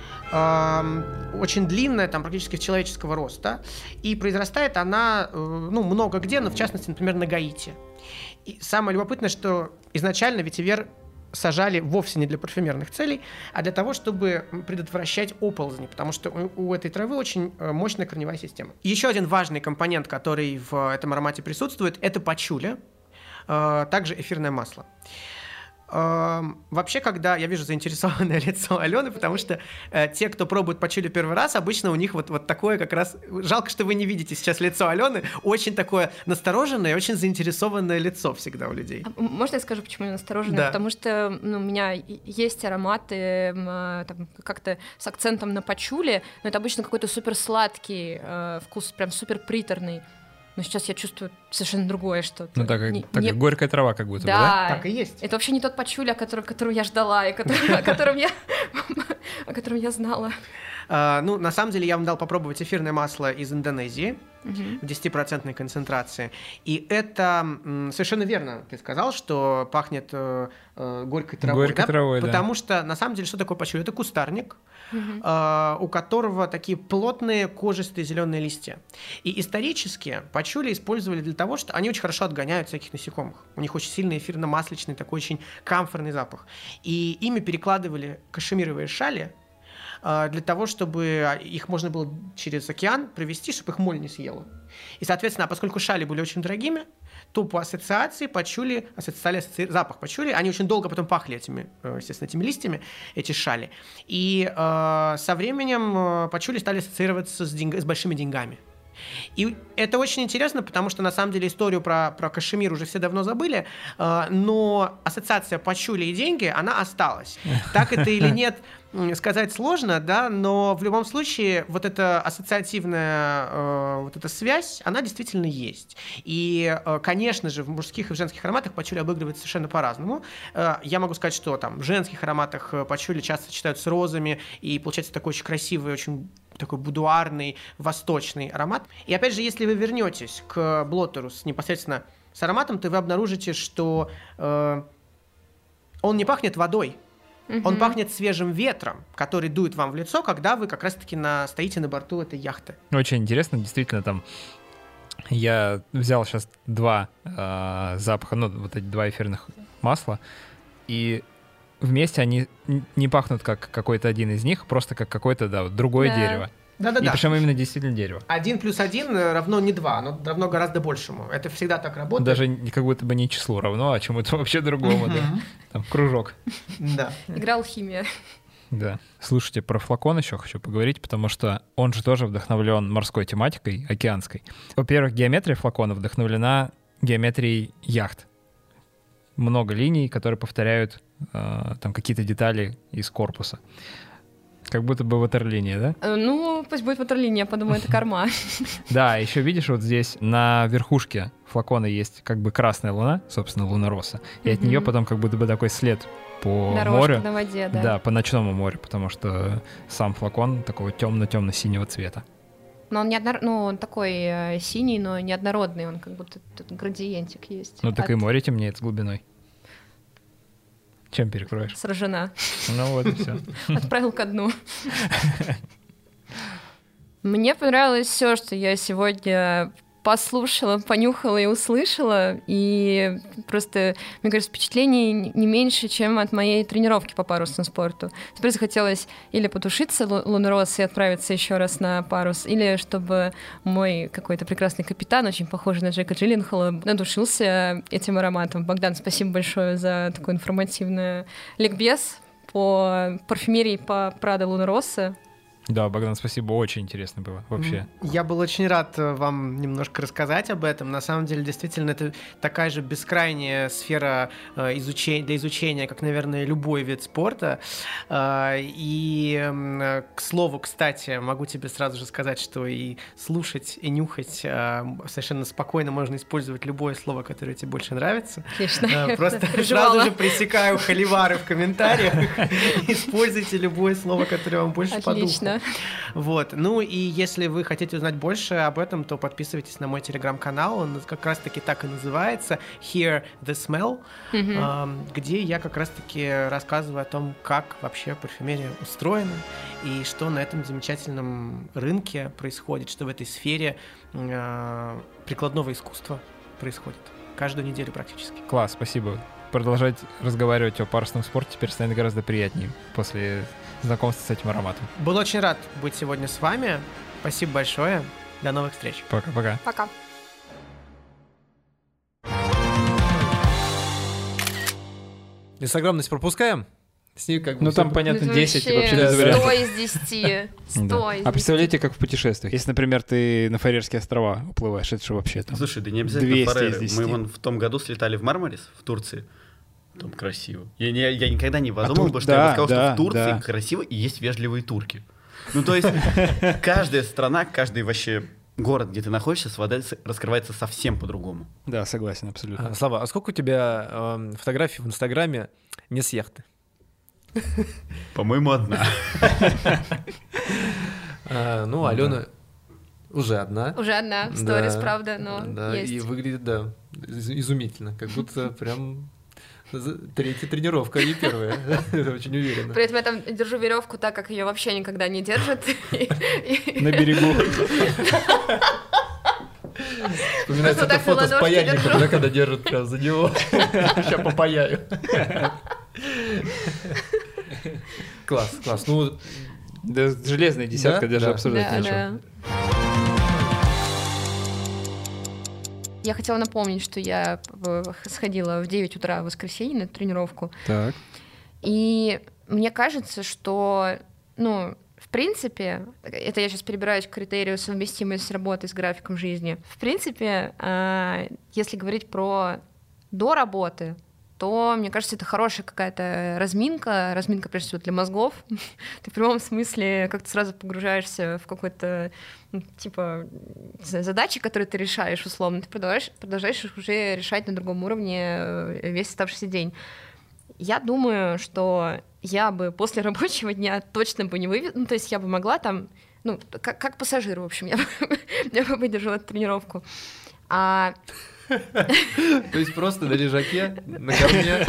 очень длинная, там практически человеческого роста, и произрастает она, ну, много где, но в частности, например, на Гаити. И самое любопытное, что изначально ветивер сажали вовсе не для парфюмерных целей, а для того, чтобы предотвращать оползни, потому что у, у этой травы очень мощная корневая система. Еще один важный компонент, который в этом аромате присутствует, это пачули, также эфирное масло. Вообще, когда я вижу заинтересованное лицо Алены, потому что э, те, кто пробует пачули первый раз, обычно у них вот, вот такое как раз... Жалко, что вы не видите сейчас лицо Алены. Очень такое настороженное, очень заинтересованное лицо всегда у людей. А можно я скажу, почему я настороженная? Да. Потому что, ну, у меня есть ароматы там, как-то с акцентом на пачули, но это обычно какой-то суперсладкий э, вкус, прям супер приторный. Но сейчас я чувствую совершенно другое что-то. Ну, так, не, так не... горькая трава как будто да, бы, да? Так и есть. Это вообще не тот пачули, о котором, которого я ждала, и который, о, котором я, о котором я знала. Uh, ну, на самом деле, я вам дал попробовать эфирное масло из Индонезии uh-huh. в десятипроцентной концентрации. И это м, совершенно верно ты сказал, что пахнет э, э, горькой травой. Горькой да? травой, да. Потому что, на самом деле, что такое пачули? Это кустарник, uh-huh. э, у которого такие плотные кожистые зеленые листья. И исторически пачули использовали для того, что они очень хорошо отгоняют всяких насекомых. У них очень сильный эфирно-масличный, такой очень камфорный запах. И ими перекладывали кашемировые шали, для того, чтобы их можно было через океан провести, чтобы их моль не съела. И, соответственно, поскольку шали были очень дорогими, то по ассоциации пачули, стали ассоци... запах пачули, они очень долго потом пахли этими, естественно, этими листьями, эти шали. И э, со временем пачули стали ассоциироваться с, деньг... с большими деньгами. И это очень интересно, потому что, на самом деле, историю про, про кашемир уже все давно забыли, э, но ассоциация пачули и деньги, она осталась. Так это или нет, сказать сложно, да, но в любом случае вот эта ассоциативная э, вот эта связь, она действительно есть. И, э, конечно же, в мужских и в женских ароматах пачули обыгрывается совершенно по-разному. Э, я могу сказать, что там в женских ароматах пачули часто сочетают с розами, и получается такой очень красивый, очень такой будуарный, восточный аромат. И опять же, если вы вернетесь к блоттеру с, непосредственно с ароматом, то вы обнаружите, что э, он не пахнет водой. Mm-hmm. Он пахнет свежим ветром, который дует вам в лицо, когда вы как раз-таки на, стоите на борту этой яхты. Очень интересно, действительно, там я взял сейчас два э, запаха, ну, вот эти два эфирных масла, и вместе они не пахнут как какой-то один из них, просто как какое-то, да, другое да. дерево. Да-да-да. И причем именно действительно дерево. Один плюс один равно не два, оно равно гораздо большему. Это всегда так работает. Даже как будто бы не числу равно, а чему-то вообще другому, да. Там кружок. Да. Игра алхимия. Да. Слушайте, про флакон еще хочу поговорить, потому что он же тоже вдохновлен морской тематикой, океанской. Во-первых, геометрия флакона вдохновлена геометрией яхт. Много линий, которые повторяют э, там какие-то детали из корпуса. Как будто бы ватерлиния, да? Ну, пусть будет ватерлиния, я подумаю, это корма. Да, еще видишь, вот здесь на верхушке флакона есть как бы красная луна, собственно, Луна Росса, и от нее потом как будто бы такой след по морю. На воде, да. Да, по ночному морю, потому что сам флакон такого темно-темно-синего цвета. Но он, неоднор... ну, он такой э, синий, но неоднородный, он как будто тут градиентик есть. Ну так От... и море темнеет с глубиной. Чем перекроешь? Сражена. Ну вот и все. Отправил ко дну. Мне понравилось все, что я сегодня послушала, понюхала и услышала, и просто, мне кажется, впечатлений не меньше, чем от моей тренировки по парусному спорту. Теперь захотелось или потушиться лунрос и отправиться еще раз на парус, или чтобы мой какой-то прекрасный капитан, очень похожий на Джека Джилленхола, надушился этим ароматом. Богдан, спасибо большое за такой информативный ликбез по парфюмерии по Прада Лунроса. Да, Богдан, спасибо, очень интересно было вообще. Я был очень рад вам немножко рассказать об этом. На самом деле, действительно, это такая же бескрайняя сфера изучения, для изучения, как, наверное, любой вид спорта. И, к слову, кстати, могу тебе сразу же сказать, что и слушать, и нюхать совершенно спокойно можно использовать любое слово, которое тебе больше нравится. Отлично. Просто сразу же пресекаю холивары в комментариях. Используйте любое слово, которое вам больше по духу. Вот. Ну и если вы хотите узнать больше об этом, то подписывайтесь на мой телеграм-канал. Он как раз-таки так и называется Hear the Smell, mm-hmm. где я как раз-таки рассказываю о том, как вообще парфюмерия устроена и что на этом замечательном рынке происходит, что в этой сфере э, прикладного искусства происходит. Каждую неделю практически. Класс, спасибо. Продолжать разговаривать о парусном спорте теперь станет гораздо приятнее после знакомства с этим ароматом. Был очень рад быть сегодня с вами. Спасибо большое. До новых встреч. Пока-пока. Пока. Инстаграмность пропускаем? С ней как бы ну там, все... понятно, Ну, десять вообще вообще да, без да. вариантов. сто из десяти. сто из А представляете, как в путешествиях? Если, например, ты на Фарерские острова уплываешь, это же вообще там Слушай, да не обязательно двести Фареры. из десяти. Мы вон в том году слетали в Мармарис, в Турции. Там красиво. Я, не, я никогда не подумал тур- бы, что да, я бы сказал, да, что в Турции да. красиво и есть вежливые турки. Ну, то есть, каждая страна, каждый вообще город, где ты находишься, с водой раскрывается совсем по-другому. Да, согласен, абсолютно. А, Слава, а сколько у тебя э, фотографий в Инстаграме не с яхты? По-моему, одна. А, ну, Алена уже одна. Уже одна сторис, Да, правда, но да, есть. и выглядит, да, из- изумительно, как будто прям за- третья тренировка, а не первая. Это очень уверенно. При этом я там держу веревку так, как ее вообще никогда не держат. На берегу. Вспоминается Вот это так на фото с ладошке паяльником, держу. да, когда держат прям за него. Сейчас попаяю. Класс, класс. Ну, Да, железная десятка, Да? даже Да. обсуждать Да, нечего. да. Я хотела напомнить, что я э, сходила в девять утра в воскресенье на тренировку, Так. и мне кажется, что, ну, в принципе, это я сейчас перебираюсь к критерию совместимости работы с графиком жизни. В принципе, э, если говорить про до работы, то, мне кажется, это хорошая какая-то разминка, разминка, прежде всего, для мозгов. Ты в прямом смысле как-то сразу погружаешься в какой-то, ну, типа, не знаю, задачи, которые ты решаешь, условно. Ты продолжаешь, продолжаешь их уже решать на другом уровне весь оставшийся день. Я думаю, что я бы после рабочего дня точно бы не вывезла, ну, то есть я бы могла там, ну, как, как пассажир, в общем, я бы, я бы выдержала эту тренировку. А то есть просто на лежаке, на корме.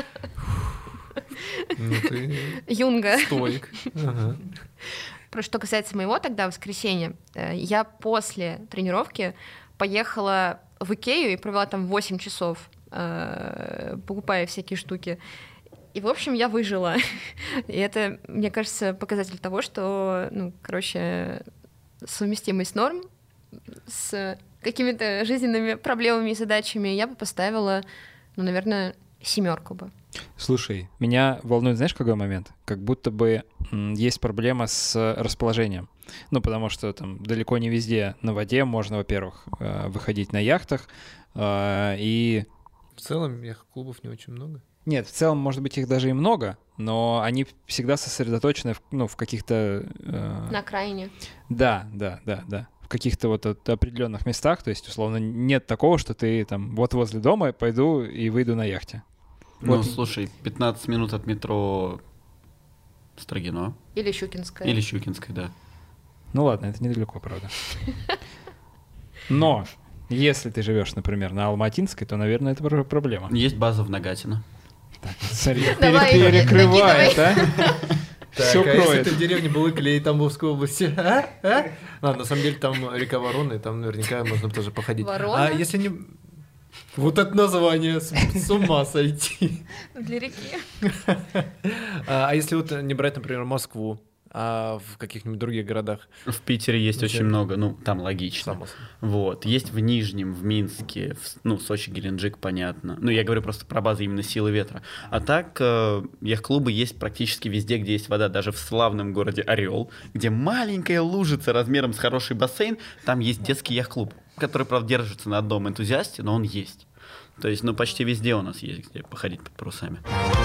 Ну, ты Юнга. стоик. Ага. Про что касается моего тогда воскресенья, э, я после тренировки поехала в Икею и провела там восемь часов, э, покупая всякие штуки. И, в общем, я выжила. И это, мне кажется, показатель того, что, ну, короче, совместимость норм с какими-то жизненными проблемами и задачами я бы поставила, ну, наверное, семерку бы. Слушай, меня волнует, знаешь, какой момент? Как будто бы м, есть проблема с расположением. Ну, потому что там далеко не везде на воде можно, во-первых, э, выходить на яхтах, э, и... В целом, яхт-клубов не очень много. Нет, в целом, может быть, их даже и много, но они всегда сосредоточены в, ну, в каких-то... э, На окраине. Да, да, да, да. В каких-то вот от- определенных местах, то есть, условно, нет такого, что ты там вот возле дома пойду и выйду на яхте. Ну, Вот. слушай, пятнадцать минут от метро Строгино. Или Щукинская. Или Щукинской, да. Ну ладно, это недалеко, правда. Но если ты живешь, например, на Алматинской, то, наверное, это пр- проблема. Есть база в Нагатино. Смотри, Давай, пере- перекрывает, а? Так, Всё а если кроет. ты в деревне Балыклей, Тамбовской области? А? А? А, на самом деле там река Вороны, там наверняка можно тоже походить. Ворона? А если не... Вот это название, с, с ума сойти. Для реки. А, а если вот не брать, например, Москву, а в каких-нибудь других городах? В Питере есть Зачем? очень много, ну, там логично. Само собой. Вот. Есть в Нижнем, в Минске, в, ну, Сочи, Геленджик, понятно. Ну, я говорю просто про базы именно силы ветра. А так, э, яхт-клубы есть практически везде, где есть вода. Даже в славном городе Орел, где маленькая лужица размером с хороший бассейн, там есть детский яхт-клуб, который, правда, держится на одном энтузиасте, но он есть. То есть, ну, почти везде у нас есть, где походить под парусами.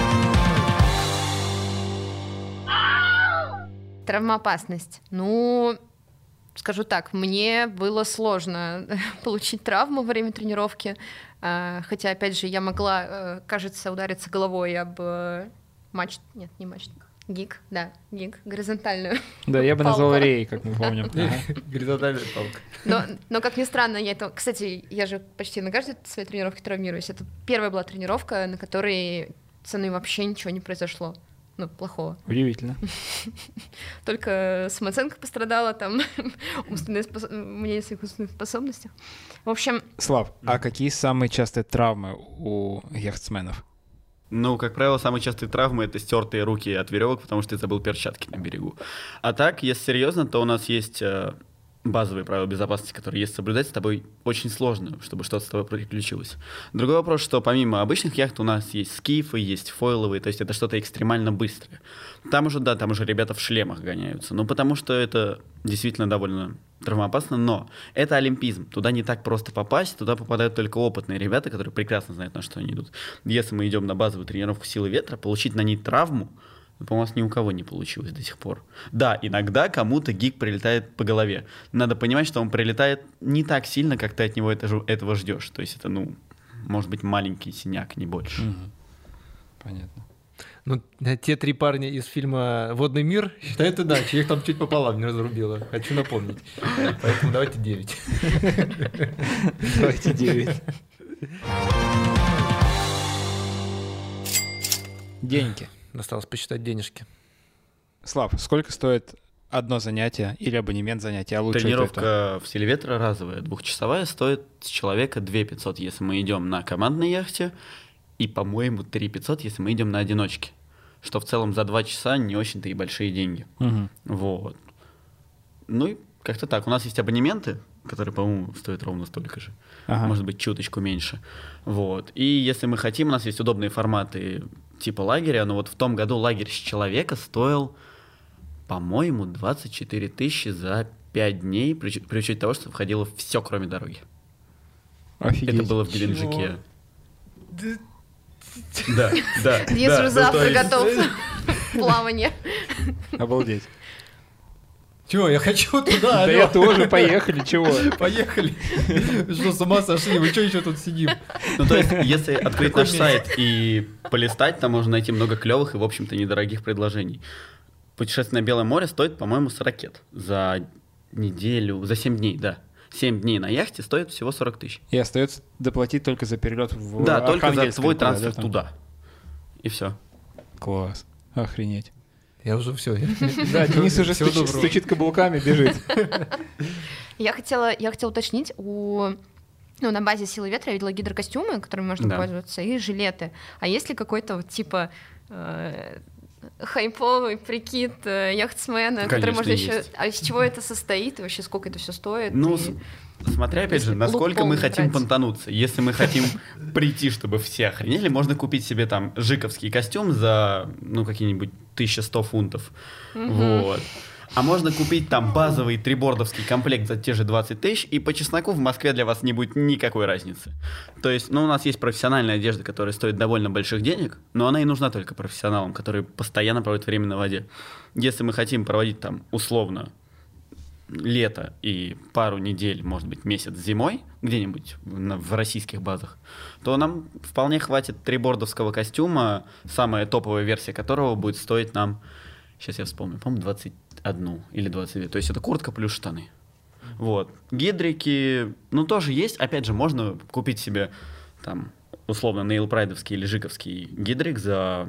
Травмоопасность. Ну, скажу так, мне было сложно получить травму во время тренировки, а, хотя, опять же, я могла, э, кажется, удариться головой об э, мачт... Нет, не мачт. Гиг, да, гиг, горизонтальную. Да, я бы Палку. назвал рей, как мы помним. Ага. Горизонтальная палка. Но, но, как ни странно, я это... Кстати, я же почти на каждой своей тренировке травмируюсь. Это первая была тренировка, на которой со мной вообще ничего не произошло. Ну, плохого. Удивительно. Только самооценка пострадала, там, умственные спос... мнение о своих умственных способностях. В общем, Слав, а какие самые частые травмы у яхтсменов? Ну, как правило, самые частые травмы — это стертые руки от веревок, потому что ты забыл перчатки на берегу. А так, если серьезно, то у нас есть э, базовые правила безопасности, которые если соблюдать, с тобой очень сложно, чтобы что-то с тобой приключилось. Другой вопрос, что помимо обычных яхт у нас есть скифы, есть фойловые, то есть это что-то экстремально быстрое. Там уже, да, там уже ребята в шлемах гоняются, ну, потому что это действительно довольно травмоопасно, но это олимпизм. Туда не так просто попасть, туда попадают только опытные ребята, которые прекрасно знают, на что они идут. Если мы идем на базовую тренировку силы ветра, получить на ней травму, по-моему, у нас ни у кого не получилось до сих пор. Да, иногда кому-то гик прилетает по голове. Надо понимать, что он прилетает не так сильно, как ты от него это, этого ждешь. То есть это, ну, может быть, маленький синяк, не больше. Мгм. Понятно. Ну, те три парня из фильма «Водный мир» считают иначе. Их там чуть пополам не разрубило. Хочу напомнить. Поэтому давайте девять. Давайте девять. Деньги. Осталось посчитать денежки. Слав, сколько стоит одно занятие или абонемент занятия? А лучше это, это. Тренировка в силе ветра разовая, двухчасовая, стоит с человека две тысячи пятьсот, если мы идем на командной яхте, и, по-моему, три тысячи пятьсот, если мы идем на одиночке. Что в целом за два часа не очень-то и большие деньги. Мгм. Вот. Ну и как-то так. У нас есть абонементы, которые, по-моему, стоят ровно столько же. Ага. Может быть, чуточку меньше. Вот. И если мы хотим, у нас есть удобные форматы типа лагеря. Но вот в том году лагерь с человека стоил, по-моему, двадцать четыре тысячи за пять дней, при, уч- при учете того, что входило все, кроме дороги. Офигеть. Это было в Геленджике. Да, да. Денис да, уже ну, завтра то есть- готов к плаванию. Обалдеть. Чего, я хочу туда, Да алло. я тоже, поехали, чего? Поехали. Что, с ума сошли? Мы что еще тут сидим? Ну, то есть, если открыть Какой наш сайт и полистать, там можно найти много клевых и, в общем-то, недорогих предложений. Путешествие на Белое море стоит, по-моему, с ракет. За неделю, за семь дней, да. семь дней на яхте стоит всего сорок тысяч. И остается доплатить только за перелет в Да, только за Архангельск твой или куда, трансфер да, там? туда. И все. Класс. Охренеть. Я уже все. Да, Денис уже Всего стучит, доброго. стучит каблуками, бежит. Я хотела, я хотела уточнить, у... ну, на базе «Силы ветра» я видела гидрокостюмы, которыми можно Да. пользоваться, и жилеты. А есть ли какой-то вот типа э, хайповый прикид э, яхтсмена, который Конечно, можно еще... есть. А из чего это состоит? И вообще сколько это все стоит? Ну, И- с- смотря, опять же, Если насколько лук мы полный хотим брать. понтануться. Если мы хотим прийти, чтобы все охренели, можно купить себе там жиковский костюм за, ну, какие-нибудь тысяча сто фунтов. Вот. А можно купить там базовый трибордовский комплект за те же двадцать тысяч, и по чесноку в Москве для вас не будет никакой разницы. То есть, ну, у нас есть профессиональная одежда, которая стоит довольно больших денег, но она и нужна только профессионалам, которые постоянно проводят время на воде. Если мы хотим проводить там условно лето и пару недель, может быть, месяц зимой, где-нибудь в, в российских базах, то нам вполне хватит трибордовского костюма, самая топовая версия которого будет стоить нам, сейчас я вспомню, по-моему, двадцать одну или двадцать две. То есть это куртка плюс штаны. Вот. Гидрики, ну, тоже есть. Опять же, можно купить себе там, условно, нейлпрайдовский или жиковский гидрик за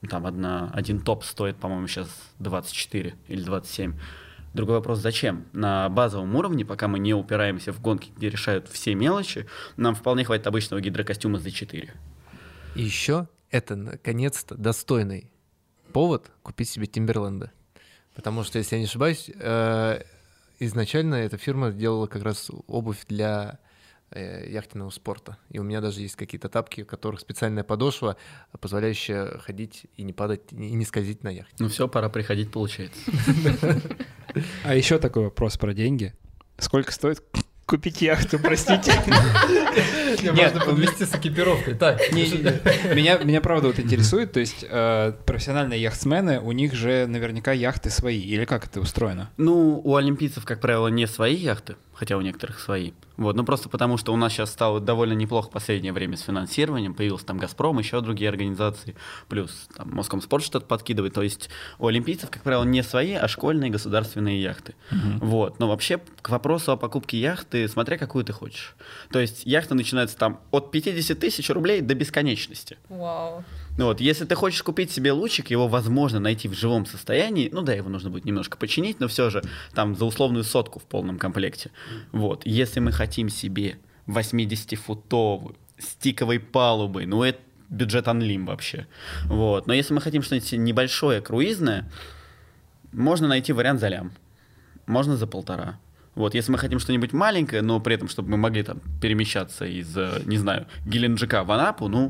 там одна, один топ стоит, по-моему, сейчас двадцать четыре или двадцать семь. Другой вопрос, зачем? На базовом уровне, пока мы не упираемся в гонки, где решают все мелочи, нам вполне хватит обычного гидрокостюма зэ четыре. И еще это, наконец-то, достойный повод купить себе Timberland. Потому что, если я не ошибаюсь, э, изначально эта фирма делала как раз обувь для э, яхтенного спорта. И у меня даже есть какие-то тапки, у которых специальная подошва, позволяющая ходить и не падать, и не скользить на яхте. Ну все, пора приходить, получается. А еще такой вопрос про деньги. Сколько стоит купить яхту, простите? Нет, можно подвести с экипировкой. Так. Меня, меня правда вот интересует, то есть э, профессиональные яхтсмены, у них же наверняка яхты свои, или как это устроено? Ну, у олимпийцев, как правило, не свои яхты, хотя у некоторых свои. Вот, ну просто потому, что у нас сейчас стало довольно неплохо в последнее время с финансированием, появился там «Газпром», еще другие организации, плюс там Москомспорт что-то подкидывает, то есть у олимпийцев, как правило, не свои, а школьные государственные яхты. Uh-huh. Вот, но вообще к вопросу о покупке яхты, смотря какую ты хочешь. То есть яхта начинается там от пятьдесят тысяч рублей до бесконечности. Вау. Ну вот, если ты хочешь купить себе лучик, его возможно найти в живом состоянии, ну да, его нужно будет немножко починить, но все же там за условную сотку в полном комплекте. Вот, если мы хотим себе восьмидесятифутовую с тиковой палубой, ну это бюджет анлим вообще. Вот, но если мы хотим что-нибудь небольшое, круизное, можно найти вариант за лям, можно за полтора. Вот, если мы хотим что-нибудь маленькое, но при этом, чтобы мы могли там перемещаться из, не знаю, Геленджика в Анапу, ну...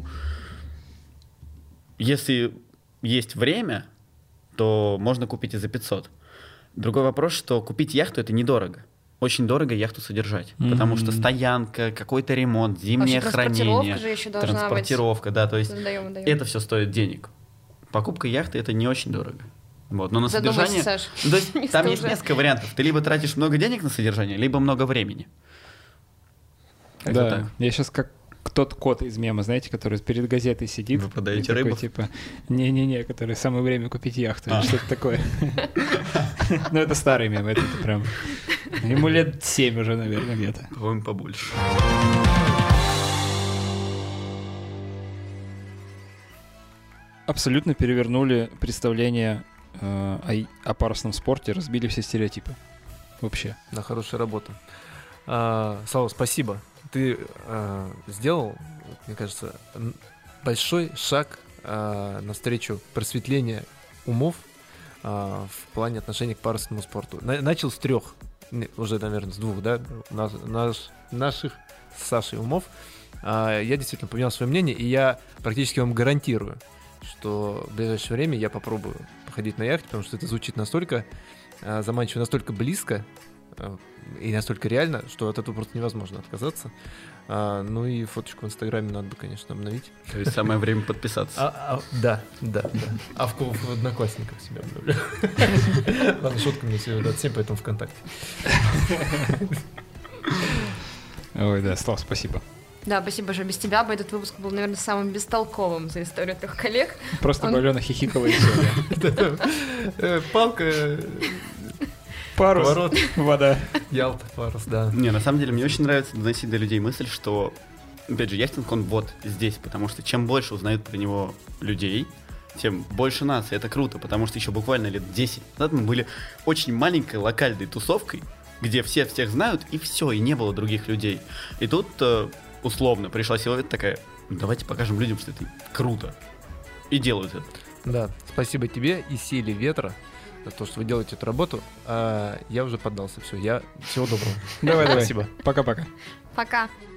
Если есть время, то можно купить и за пятьсот. Другой вопрос, что купить яхту — это недорого. Очень дорого яхту содержать, mm-hmm. потому что стоянка, какой-то ремонт, зимнее Вообще, хранение, же еще должна транспортировка, быть. Да, то есть Задаем, задаем. это все стоит денег. Покупка яхты — это не очень дорого. Вот, но на Задумайся, содержание... Саш. Ну, то есть, там есть несколько вариантов. Ты либо тратишь много денег на содержание, либо много времени. Как-то Да, так. я сейчас как тот кот из мема, знаете, который перед газетой сидит. Вы продаете такой, рыбу? Типа, не-не-не, который самое время купить яхту, А. или что-то такое. Ну, это старый мем, это прям... Ему лет семь уже, наверное, где-то. По-моему, побольше. Абсолютно перевернули представление э, о, о парусном спорте, разбили все стереотипы. Вообще. Да, хорошая работа. А, Слава, спасибо. Ты а, сделал, мне кажется, н- большой шаг а, навстречу просветлению умов а, в плане отношения к парусному спорту. На- начал с трех, не, уже, наверное, с двух, да, наш, наш, наших с Сашей умов. А, я действительно поменял свое мнение, и я практически вам гарантирую, что в ближайшее время я попробую походить на яхте, потому что это звучит настолько а, заманчиво, настолько близко а, и настолько реально, что от этого просто невозможно отказаться. А, ну и фоточку в Инстаграме надо бы, конечно, обновить. То есть самое время подписаться. А, а, да, да, да. А в, в Одноклассниках себя обновлю. Ладно, шутка, мне всего двадцать семь, поэтому ВКонтакте. Ой, да, Слав, спасибо. Да, спасибо, что без тебя бы этот выпуск был, наверное, самым бестолковым за историю трех коллег. Просто Он- Алена хихикала и все. Э, Палка, Парус, поворот, вода. Ялта, парус, да. Не, на самом деле, мне очень нравится доносить до людей мысль, что, опять же, яхтинг, он вот здесь, потому что чем больше узнают про него людей, тем больше нас, и это круто, потому что еще буквально лет десять назад мы были очень маленькой локальной тусовкой, где все всех знают, и все, и не было других людей. И тут, э, условно, пришла сила такая, давайте покажем людям, что это круто. И делают это. Да, спасибо тебе и силе ветра за то, что вы делаете эту работу. А я уже поддался. Все, я всего доброго. Давай, давай. Спасибо. Пока-пока. Пока.